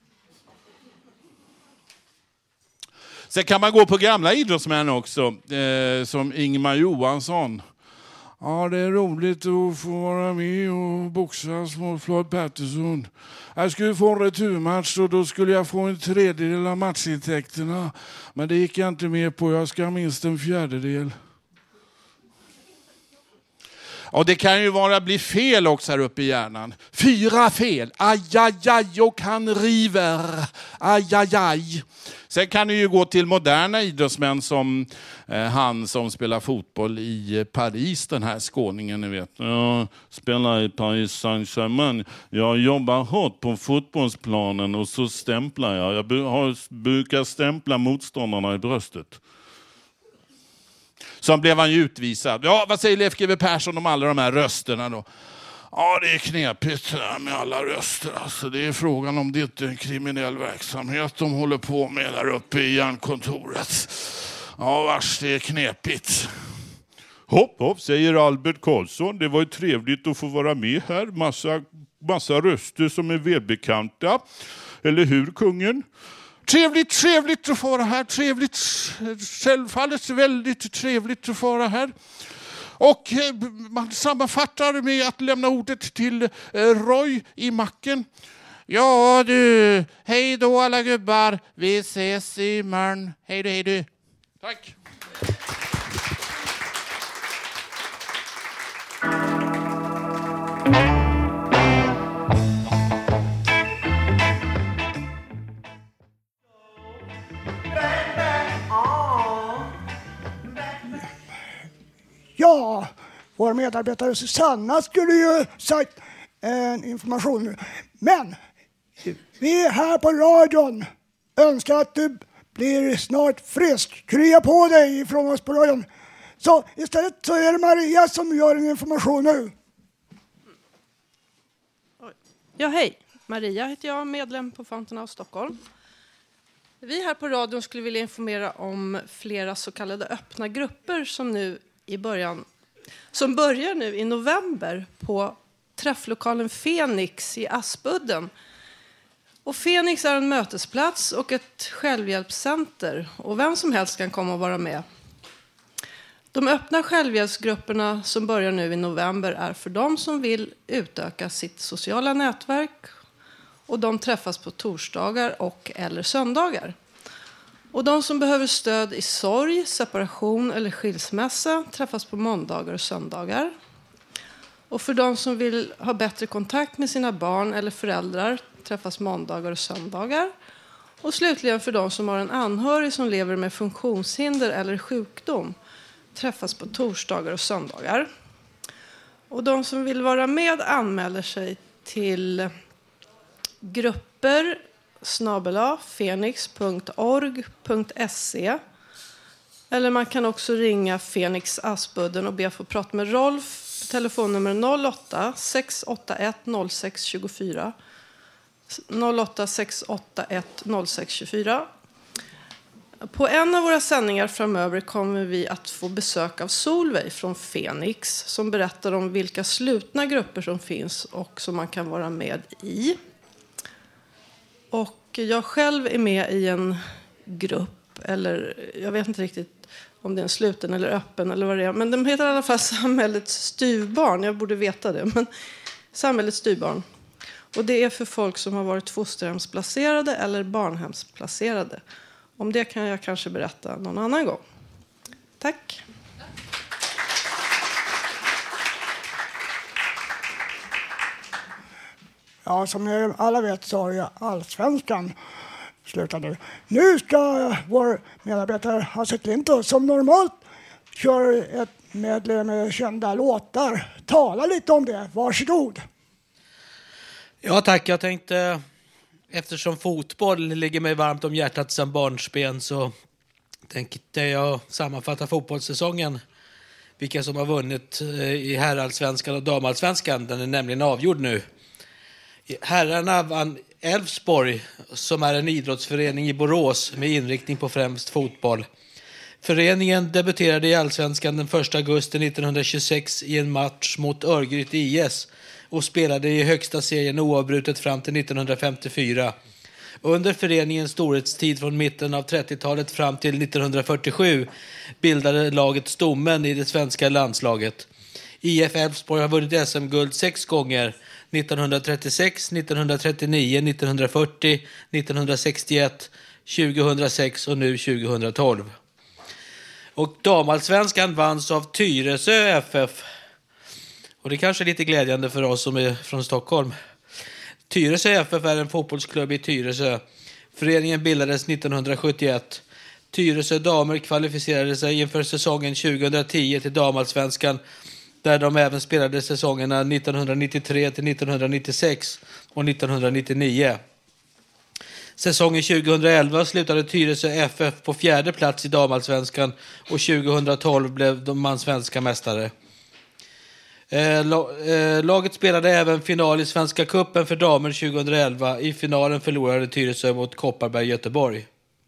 Sen kan man gå på gamla idrottsmän också, som Ingemar Johansson. Ja, det är roligt att få vara med och boxas mot Floyd Patterson. Jag skulle få en returmatch och då skulle jag få en 1/3 av matchintäkterna. Men det gick jag inte med på, jag ska ha minst en 1/4. Och det kan ju bli fel också här uppe i hjärnan. 4 fel. Aj, aj, aj, och han river. Aj, aj, aj. Sen kan det ju gå till moderna idrottsmän som han som spelar fotboll i Paris, den här skåningen, ni vet. Jag spelar i Paris Saint-Germain. Jag jobbar hårt på fotbollsplanen och så stämplar jag. Jag brukar stämpla motståndarna i bröstet. Så blev han ju utvisad. Ja, vad säger Leif GW Persson om alla de här rösterna då? Ja, det är knepigt med alla röster. Alltså, det är frågan om det inte är en kriminell verksamhet de håller på med där uppe i järnkontoret. Ja, vars, det är knepigt. Hopp, säger Albert Karlsson. Det var ju trevligt att få vara med här. Massa röster som är välbekanta. Eller hur, kungen? Trevligt att få vara här. Trevligt, självfallet väldigt trevligt att få vara här. Och man sammanfattar med att lämna ordet till Roy i macken. Ja du, hej då alla gubbar. Vi ses imorgon. Hej du. Tack. Ja, vår medarbetare Susanna skulle ju sagt information nu. Men vi här på radion önskar att du blir snart frisk. Krya på dig från oss på radion. Så istället så är det Maria som gör en information nu. Ja, hej. Maria heter jag, medlem på Fountain House Stockholm. Vi här på radion skulle vilja informera om flera så kallade öppna grupper som börjar nu i november på träfflokalen Fenix i Aspudden. Och Fenix är en mötesplats och ett självhjälpscenter och vem som helst kan komma och vara med. De öppna självhjälpsgrupperna som börjar nu i november är för de som vill utöka sitt sociala nätverk och de träffas på torsdagar och eller söndagar. Och de som behöver stöd i sorg, separation eller skilsmässa träffas på måndagar och söndagar. Och för de som vill ha bättre kontakt med sina barn eller föräldrar träffas måndagar och söndagar. Och slutligen för de som har en anhörig som lever med funktionshinder eller sjukdom träffas på torsdagar och söndagar. Och de som vill vara med anmäler sig till grupper @fenix.org.se eller man kan också ringa Fenix Aspudden och be att få prata med Rolf på telefonnummer 08 681 0624 08 681 0624. På en av våra sändningar framöver kommer vi att få besök av Solveig från Fenix som berättar om vilka slutna grupper som finns och som man kan vara med i. Och jag själv är med i en grupp eller jag vet inte riktigt om det är en sluten eller öppen eller vad det är. Men de heter i alla fall Samhällets styvbarn. Jag borde veta det. Men Samhällets styvbarn. Och det är för folk som har varit fosterhemsplacerade eller barnhemsplacerade. Om det kan jag kanske berätta någon annan gång. Tack. Ja, som ni alla vet så har ju Allsvenskan slutat nu. Nu ska vår medarbetare Hasse Klinto, som normalt kör ett medlem med kända låtar, tala lite om det. Varsågod. Ja tack, jag tänkte, eftersom fotboll ligger mig varmt om hjärtat sedan barnsben, så tänkte jag sammanfatta fotbollssäsongen. Vilka som har vunnit i herrallsvenskan och damallsvenskan. Den är nämligen avgjord nu. Herrarna vann Elfsborg, som är en idrottsförening i Borås med inriktning på främst fotboll. Föreningen debuterade i Allsvenskan den 1 augusti 1926 i en match mot Örgryte IS och spelade i högsta serien oavbrutet fram till 1954. Under föreningens storhetstid från mitten av 30-talet fram till 1947 bildade laget stommen i det svenska landslaget. IF Elfsborg har vunnit SM-guld 6 gånger, 1936, 1939, 1940, 1961, 2006 och nu 2012. Och damallsvenskan vanns av Tyresö FF. Och det kanske är lite glädjande för oss som är från Stockholm. Tyresö FF är en fotbollsklubb i Tyresö. Föreningen bildades 1971. Tyresö damer kvalificerade sig inför säsongen 2010 till damallsvenskan, där de även spelade säsongerna 1993 till 1996 och 1999. Säsongen 2011 slutade Tyresö FF på 4:e plats i damallsvenskan och 2012 blev man svenska mästare. Laget spelade även final i Svenska cupen för damer 2011. I finalen förlorade Tyresö mot Kopparberg Göteborg.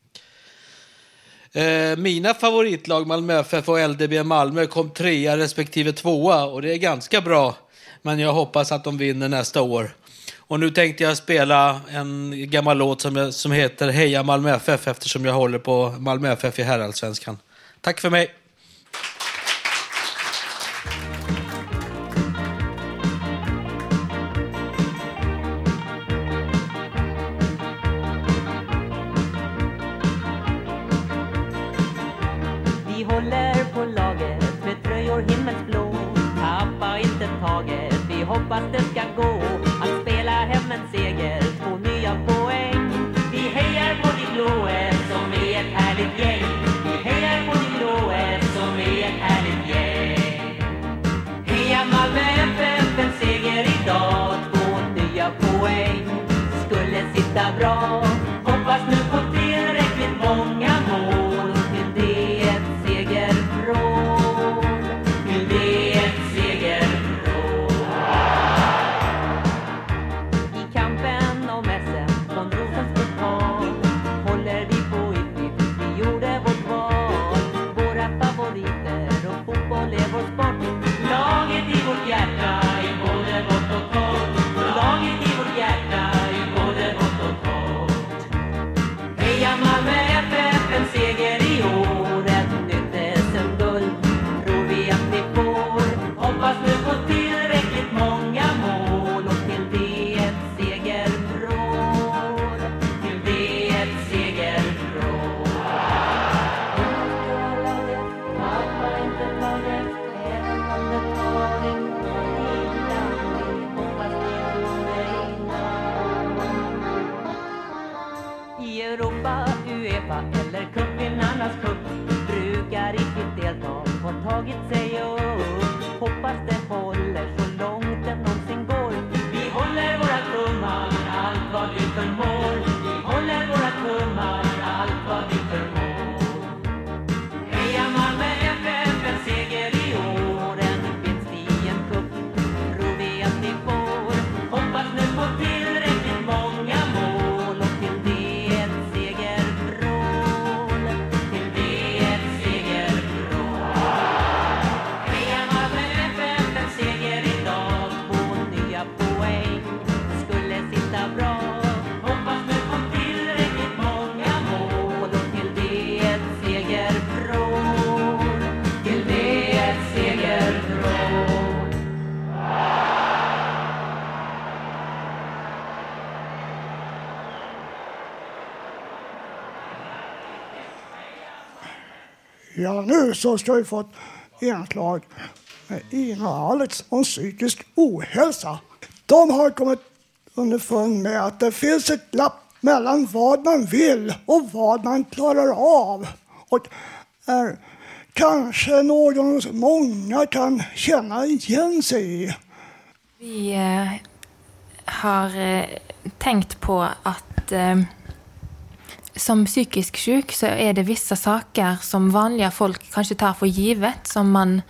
Mina favoritlag Malmö FF och LDB Malmö kom 3 respektive 2, och det är ganska bra, men jag hoppas att de vinner nästa år. Och nu tänkte jag spela en gammal låt som heter Heja Malmö FF, eftersom jag håller på Malmö FF i herrallsvenskan. Tack för mig. Vi håller på laget med tröjor himmelsblå. Tappa inte taget, vi hoppas det ska gå att spela hem en seger, 2 nya poäng. Vi hejar på de blåa som är ett härligt gäng. Vi hejar på de blåa som är ett härligt gäng. Heja Malmö FF, en seger idag, 2 nya poäng skulle sitta bra. Hoppas nu på tillräckligt många mål till det ett segervrål. Till det ett segervrål. I kampen om SM från Rosens fotboll håller vi på ytligt, vi gjorde vårt val. Våra favoriter och fotboll är vår sport. Laget i vårt hjärta är både vårt och torrt. Laget i vårt hjärta är både vårt och torrt. Heja Malmö FF, en seger i år, ett nytt SM-guld tror vi att vi får. Hoppas nu på tillräckligt många mål och till det ett segervrål. Till det ett segervrål. Tappa inte taget, även om det tar en innan vi hoppas vi får det innan. I Europa, UEFA eller cupvinnarnas cup brukar icke delta, har tagit sig upp. Hoppas det håller så långt det någonsin går. Vi håller våra tummar, allt vad vi förmår. Vi håller våra tummar, allt vad vi förmår. Heja Malmö FF, en seger i år, en vinst i en cup tror vi att vi får. Hoppas nu på tillräckligt många mål och till det ett segervrål. Till det ett segervrål. Ja, nu så ska vi få ett inslag med Ina och Alex om psykisk ohälsa. De har kommit underfund med att det finns ett glapp mellan vad man vill och vad man klarar av. Och är kanske någon som många kan känna igen sig i. Vi har tänkt på att som psykisk sjuk så är det vissa saker som vanliga folk kanske tar för givet, som man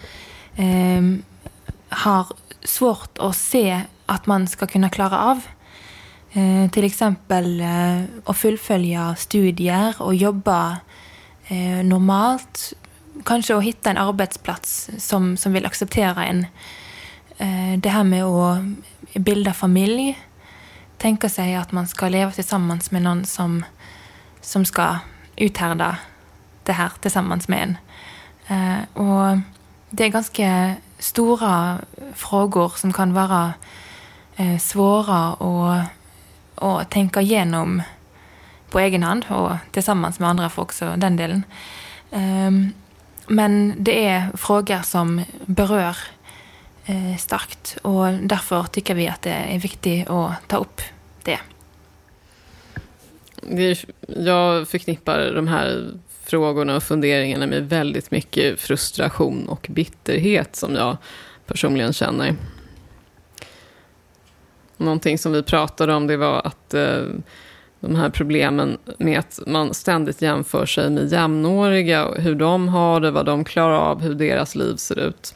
har svårt att se att man ska kunna klara av. Till exempel att fullfölja studier och jobba normalt. Kanske att hitta en arbetsplats som vill acceptera en. Det här med att bilda familj. Tänka sig att man ska leva tillsammans med någon som ska uthärda det här tillsammans med en. Och det är ganska stora frågor som kan vara svåra att tänka igenom på egen hand och tillsammans med andra folk, så den delen. Men det är frågor som berör starkt, och därför tycker vi att det är viktigt att ta upp det. Jag förknippar de här frågorna och funderingarna med väldigt mycket frustration och bitterhet som jag personligen känner. Någonting som vi pratade om, det var att de här problemen med att man ständigt jämför sig med jämnåriga, hur de har det, vad de klarar av, hur deras liv ser ut.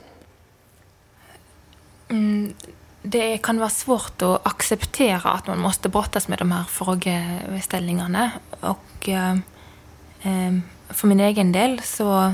Det kan vara svårt att acceptera att man måste brottas med de här frågeställningarna. Och för min egen del så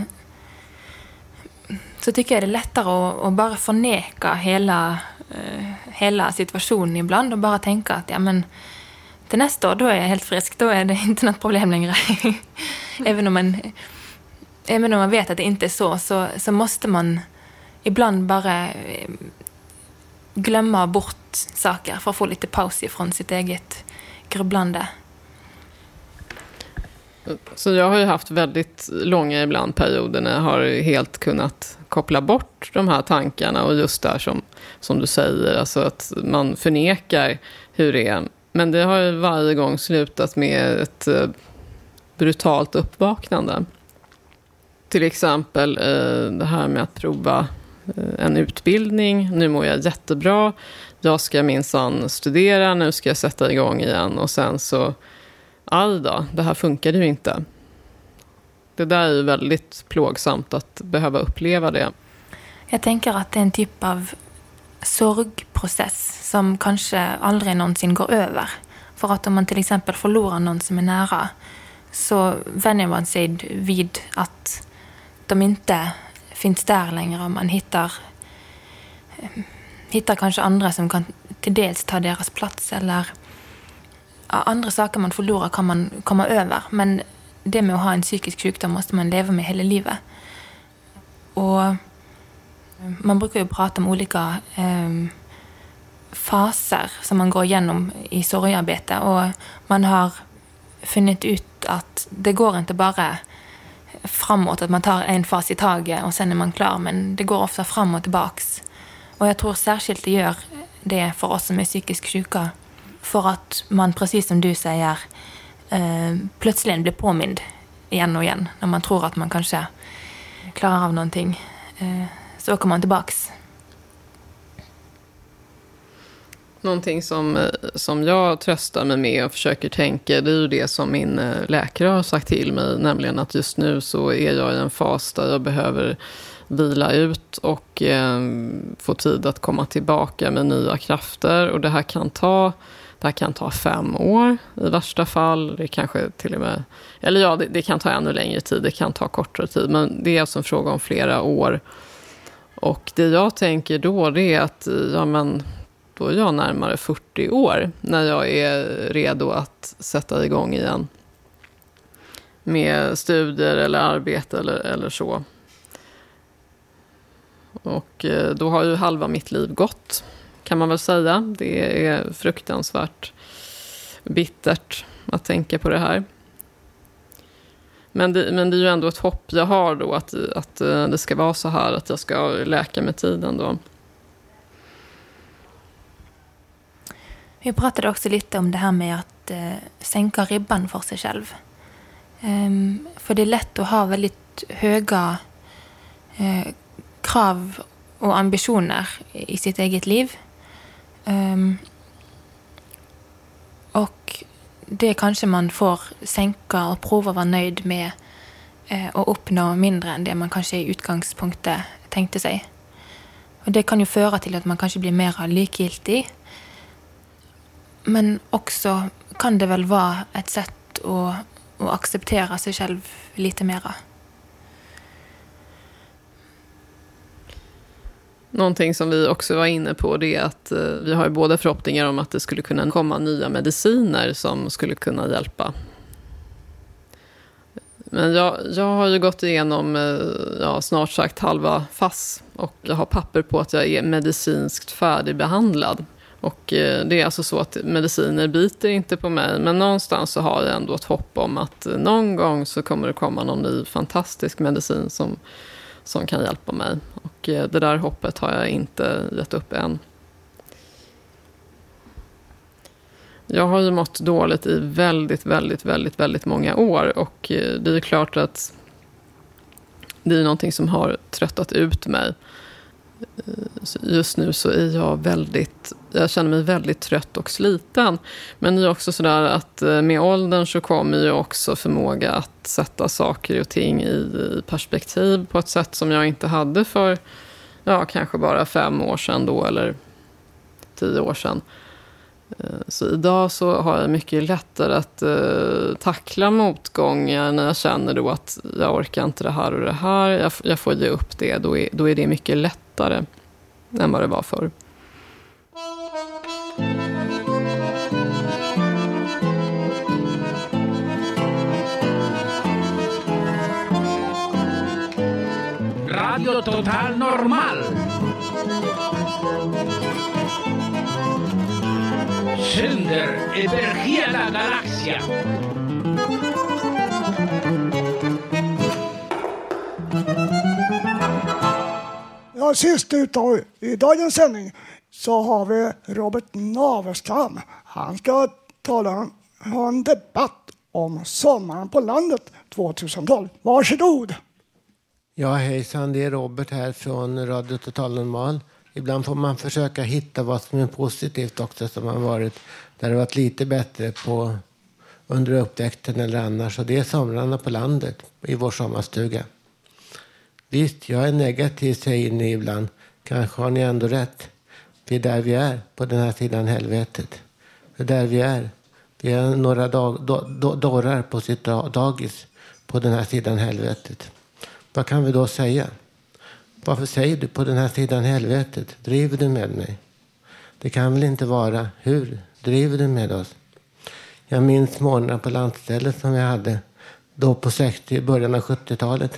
tycker jag det är lättare att bara förneka hela situationen ibland och bara tänka att ja, men till nästa år då är jag helt frisk, då är det inte något problem längre. Även om man vet att det inte är så måste man ibland bara glömma bort saker för att få lite paus ifrån sitt eget grubblande. Så jag har ju haft väldigt långa ibland perioder när jag har helt kunnat koppla bort de här tankarna, och just där som du säger, alltså att man förnekar hur det är. Men det har ju varje gång slutat med ett brutalt uppvaknande. Till exempel det här med att prova en utbildning. Nu mår jag jättebra. Jag ska minsann studera. Nu ska jag sätta igång igen. Och sen så, aj då, det här funkar ju inte. Det där är ju väldigt plågsamt att behöva uppleva det. Jag tänker att det är en typ av sorgprocess som kanske aldrig någonsin går över. För att om man till exempel förlorar någon som är nära, så vänjer man sig vid att de inte finns där längre. Man hittar kanske andra som kan till dels ta deras plats, eller andra saker man förlorar kan man komma över. Men det med att ha en psykisk sjukdom måste man leva med hela livet. Och man brukar ju prata om olika faser som man går igenom i sorgarbete, och man har funnit ut att det går inte bara framåt, att man tar en fas i taget och sen är man klar, men det går ofta fram och tillbaks. Och jag tror särskilt det gör det för oss som är psykiskt sjuka, för att man, precis som du säger, plötsligt blir påmind igen och igen när man tror att man kanske klarar av någonting. Så åker man tillbaks. Någonting som jag tröstar mig med och försöker tänka, det är ju det som min läkare har sagt till mig, nämligen att just nu så är jag i en fas där jag behöver vila ut och få tid att komma tillbaka med nya krafter, och det här kan ta 5 år i värsta fall. Det kanske till och med, eller ja, det kan ta ännu längre tid, det kan ta kortare tid, men det är alltså en fråga om flera år. Och det jag tänker då, det är att då är jag närmare 40 år när jag är redo att sätta igång igen med studier eller arbete eller så. Och då har ju halva mitt liv gått, kan man väl säga. Det är fruktansvärt bittert att tänka på det här. Men det är ju ändå ett hopp jag har då att det ska vara så här, att jag ska läka med tiden då. Vi pratade också lite om det här med att sänka ribban för sig själv. För det är lätt att ha väldigt höga krav och ambitioner i sitt eget liv. Och det kanske man får sänka och prova att vara nöjd med och uppnå mindre än det man kanske i utgangspunktet tänkte sig. Och det kan ju föra till att man kanske blir mer likgiltig. Men också kan det väl vara ett sätt att acceptera sig själv lite mera. Någonting som vi också var inne på, det är att vi har både förhoppningar om att det skulle kunna komma nya mediciner som skulle kunna hjälpa. Men jag har ju gått igenom snart sagt halva FASS och jag har papper på att jag är medicinskt färdigbehandlad. Och det är alltså så att mediciner biter inte på mig, men någonstans så har jag ändå ett hopp om att någon gång så kommer det komma någon ny fantastisk medicin som kan hjälpa mig. Och det där hoppet har jag inte gett upp än. Jag har ju mått dåligt i väldigt, väldigt, väldigt, väldigt många år. Och det är klart att det är någonting som har tröttat ut mig. Just nu så är jag känner mig väldigt trött och sliten. Men det är också sådär att med åldern så kommer ju också förmåga att sätta saker och ting i perspektiv på ett sätt som jag inte hade för kanske bara 5 år sedan då, eller 10 år sedan. Så idag så har jag mycket lättare att tackla motgångar när jag känner då att jag orkar inte det här och det här. Jag får ge upp det. Då är det mycket lättare än vad det var förr. Radio Total Normal. Sänder över hela galaxien. Ja, sist ut i dagens sändning så har vi Robert Navestam. Han ska ha en debatt om sommaren på landet 2012. Varsågod! Ja, hejsan, det är Robert här från Radio Total Normal. Ibland får man försöka hitta vad som är positivt också som har varit. Där det varit lite bättre under uppväxten eller annars. Och det är somrarna på landet i vår sommarstuga. Visst, jag är negativ, säger ni ibland. Kanske har ni ändå rätt. Det är där vi är, på den här sidan helvetet. Det är där vi är. Vi är några dårar på sitt dagis på den här sidan helvetet. Vad kan vi då säga? Varför säger du på den här sidan helvetet? Driver du med mig? Det kan väl inte vara. Hur driver du med oss? Jag minns morgnar på landstället som jag hade då på 60, början av 70-talet.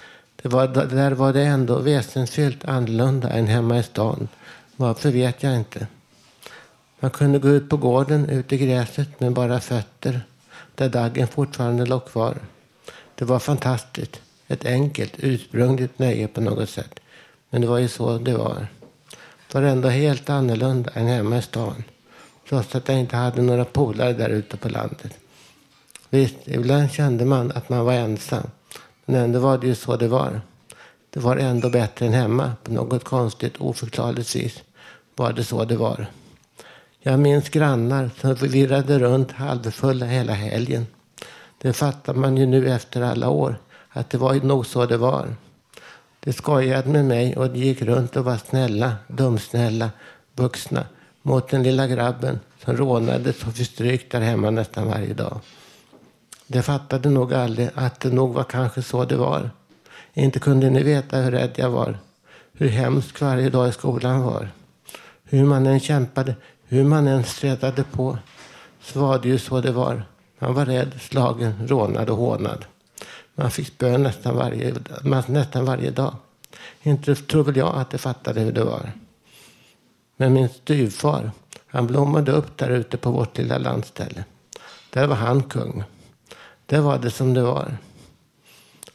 Där var det ändå väsensfyllt annorlunda än hemma i stan. Varför vet jag inte. Man kunde gå ut på gården, ut i gräset med bara fötter. Där daggen fortfarande låg kvar. Det var fantastiskt. Ett enkelt, ursprungligt nöje på något sätt. Men det var ju så det var. Det var ändå helt annorlunda än hemma i stan. Trots att jag inte hade några polare där ute på landet. Visst, ibland kände man att man var ensam. Men ändå var det ju så det var. Det var ändå bättre än hemma. På något konstigt, oförklarligt vis var det så det var. Jag minns grannar som virrade runt halvfulla hela helgen. Det fattar man ju nu efter alla år. Att det var nog så det var. Det skojade med mig och de gick runt och var snälla, dumsnälla, vuxna mot den lilla grabben som rånades och fick stryk där hemma nästan varje dag. Det fattade nog aldrig att det nog var kanske så det var. Inte kunde ni veta hur rädd jag var. Hur hemskt varje dag i skolan var. Hur man än kämpade, hur man än strävade på. Så var det ju så det var. Man var rädd, slagen, rånad och hånad. Man fick spön nästan varje dag. Inte tror väl jag att det fattade hur det var. Men min styvfar, han blommade upp där ute på vårt lilla landställe. Där var han kung. Där var det som det var.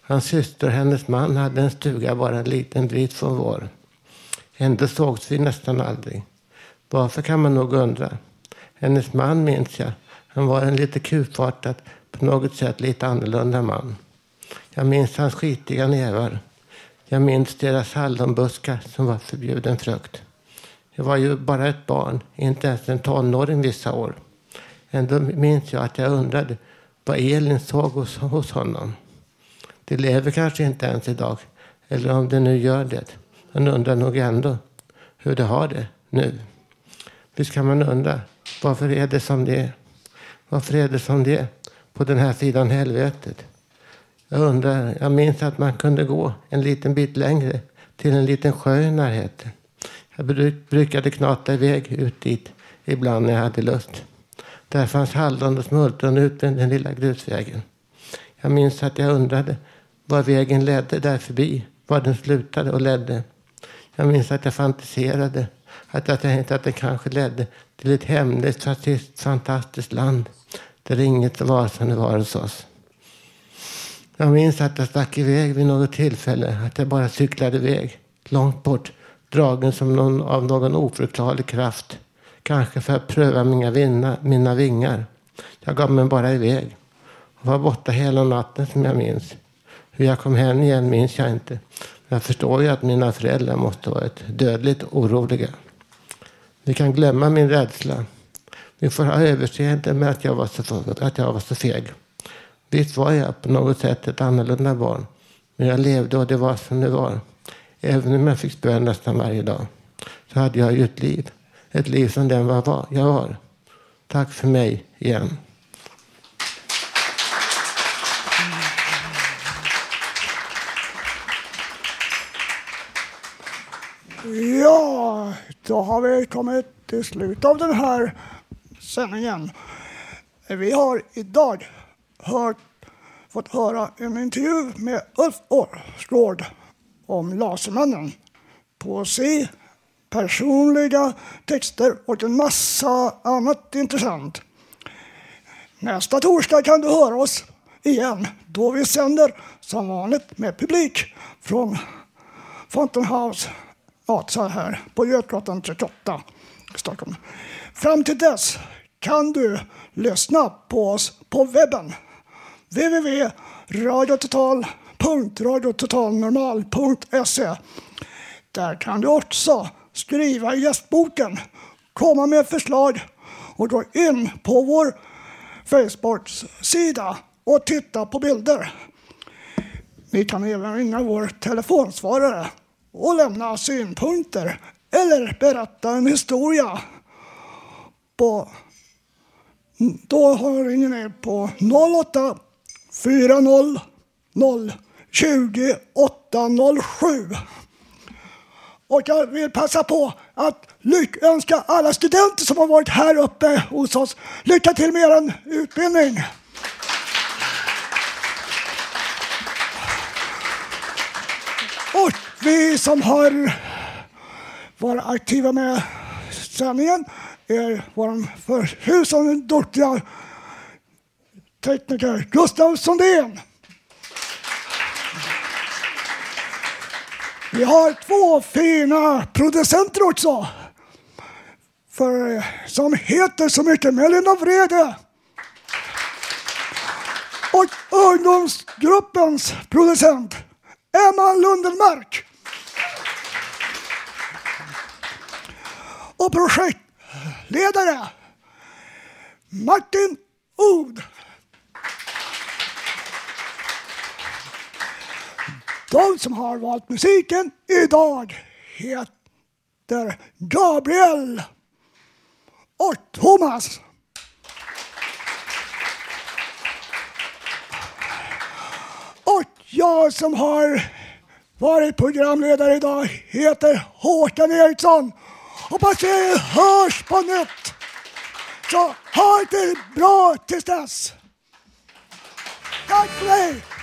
Hans syster och hennes man hade en stuga bara en liten bit från vår. Ändå sågs vi nästan aldrig. Varför kan man nog undra. Hennes man minns jag. Han var en lite kufartad, på något sätt lite annorlunda man. Jag minns hans skitiga nävar. Jag minns deras hallonbuskar som var förbjuden frukt. Jag var ju bara ett barn, inte ens en tonåring vissa år. Ändå minns jag att jag undrade vad Elin såg hos honom. Det lever kanske inte ens idag, eller om det nu gör det. Man undrar nog ändå hur det har det nu. Visst kan man undra, varför är det som det är? Varför är det som det är på den här sidan helvetet? Jag minns att man kunde gå en liten bit längre till en liten sjö i närheten. Jag brukade knata iväg ut dit ibland när jag hade lust. Där fanns hallon och smultron ut den lilla grusvägen. Jag minns att jag undrade var vägen ledde där förbi, var den slutade och ledde. Jag minns att jag fantiserade att jag tänkte att det kanske ledde till ett hemligt fantastiskt land där inget var som det var hos oss. Jag minns att jag stack iväg vid något tillfälle, att jag bara cyklade iväg, långt bort, dragen som av någon oförklarlig kraft. Kanske för att pröva mina vingar. Jag gav mig bara iväg och var borta hela natten som jag minns. Hur jag kom hem igen minns jag inte. Jag förstår ju att mina föräldrar måste vara dödligt oroliga. Vi kan glömma min rädsla. Vi får ha överseende med att jag var så feg. Visst var jag på något sätt ett annorlunda barn. Men jag levde och det var som det var. Även om jag fick spö nästan varje dag. Så hade jag ju ett liv. Ett liv som den jag var. Tack för mig igen. Ja, då har vi kommit till slut av den här sändningen. Vi har idag fått höra en intervju med Ulf Åsgård om Lasermannen. Poesi, personliga texter och en massa annat intressant. Nästa torsdag kan du höra oss igen då vi sänder som vanligt med publik från Fountain House så här på Götgatan 38 i Stockholm. Fram till dess kan du lyssna på oss på webben www.radiototalnormal.se. Där kan du också skriva i gästboken, komma med förslag och gå in på vår Facebook-sida och titta på bilder. Ni kan även ringa vår telefonsvarare och lämna synpunkter eller berätta en historia. Då ringer ni på 08 40 0 20 807. Och jag vill passa på att önska alla studenter som har varit här uppe hos oss lycka till med er utbildning. Och vi som har varit aktiva med sändningen är vår förhusande duktiga tekniker Gustav Sundén. Vi har 2 fina producenter också som heter så mycket, Melina Vrede och ungdomsgruppens producent Emma Lundenmark och projektledare Martin Od. De som har valt musiken idag heter Gabriel och Thomas. Och jag som har varit programledare idag heter Håkan Eriksson. Hoppas vi hörs på nytt. Så ha det bra tills dess. Tack för mig.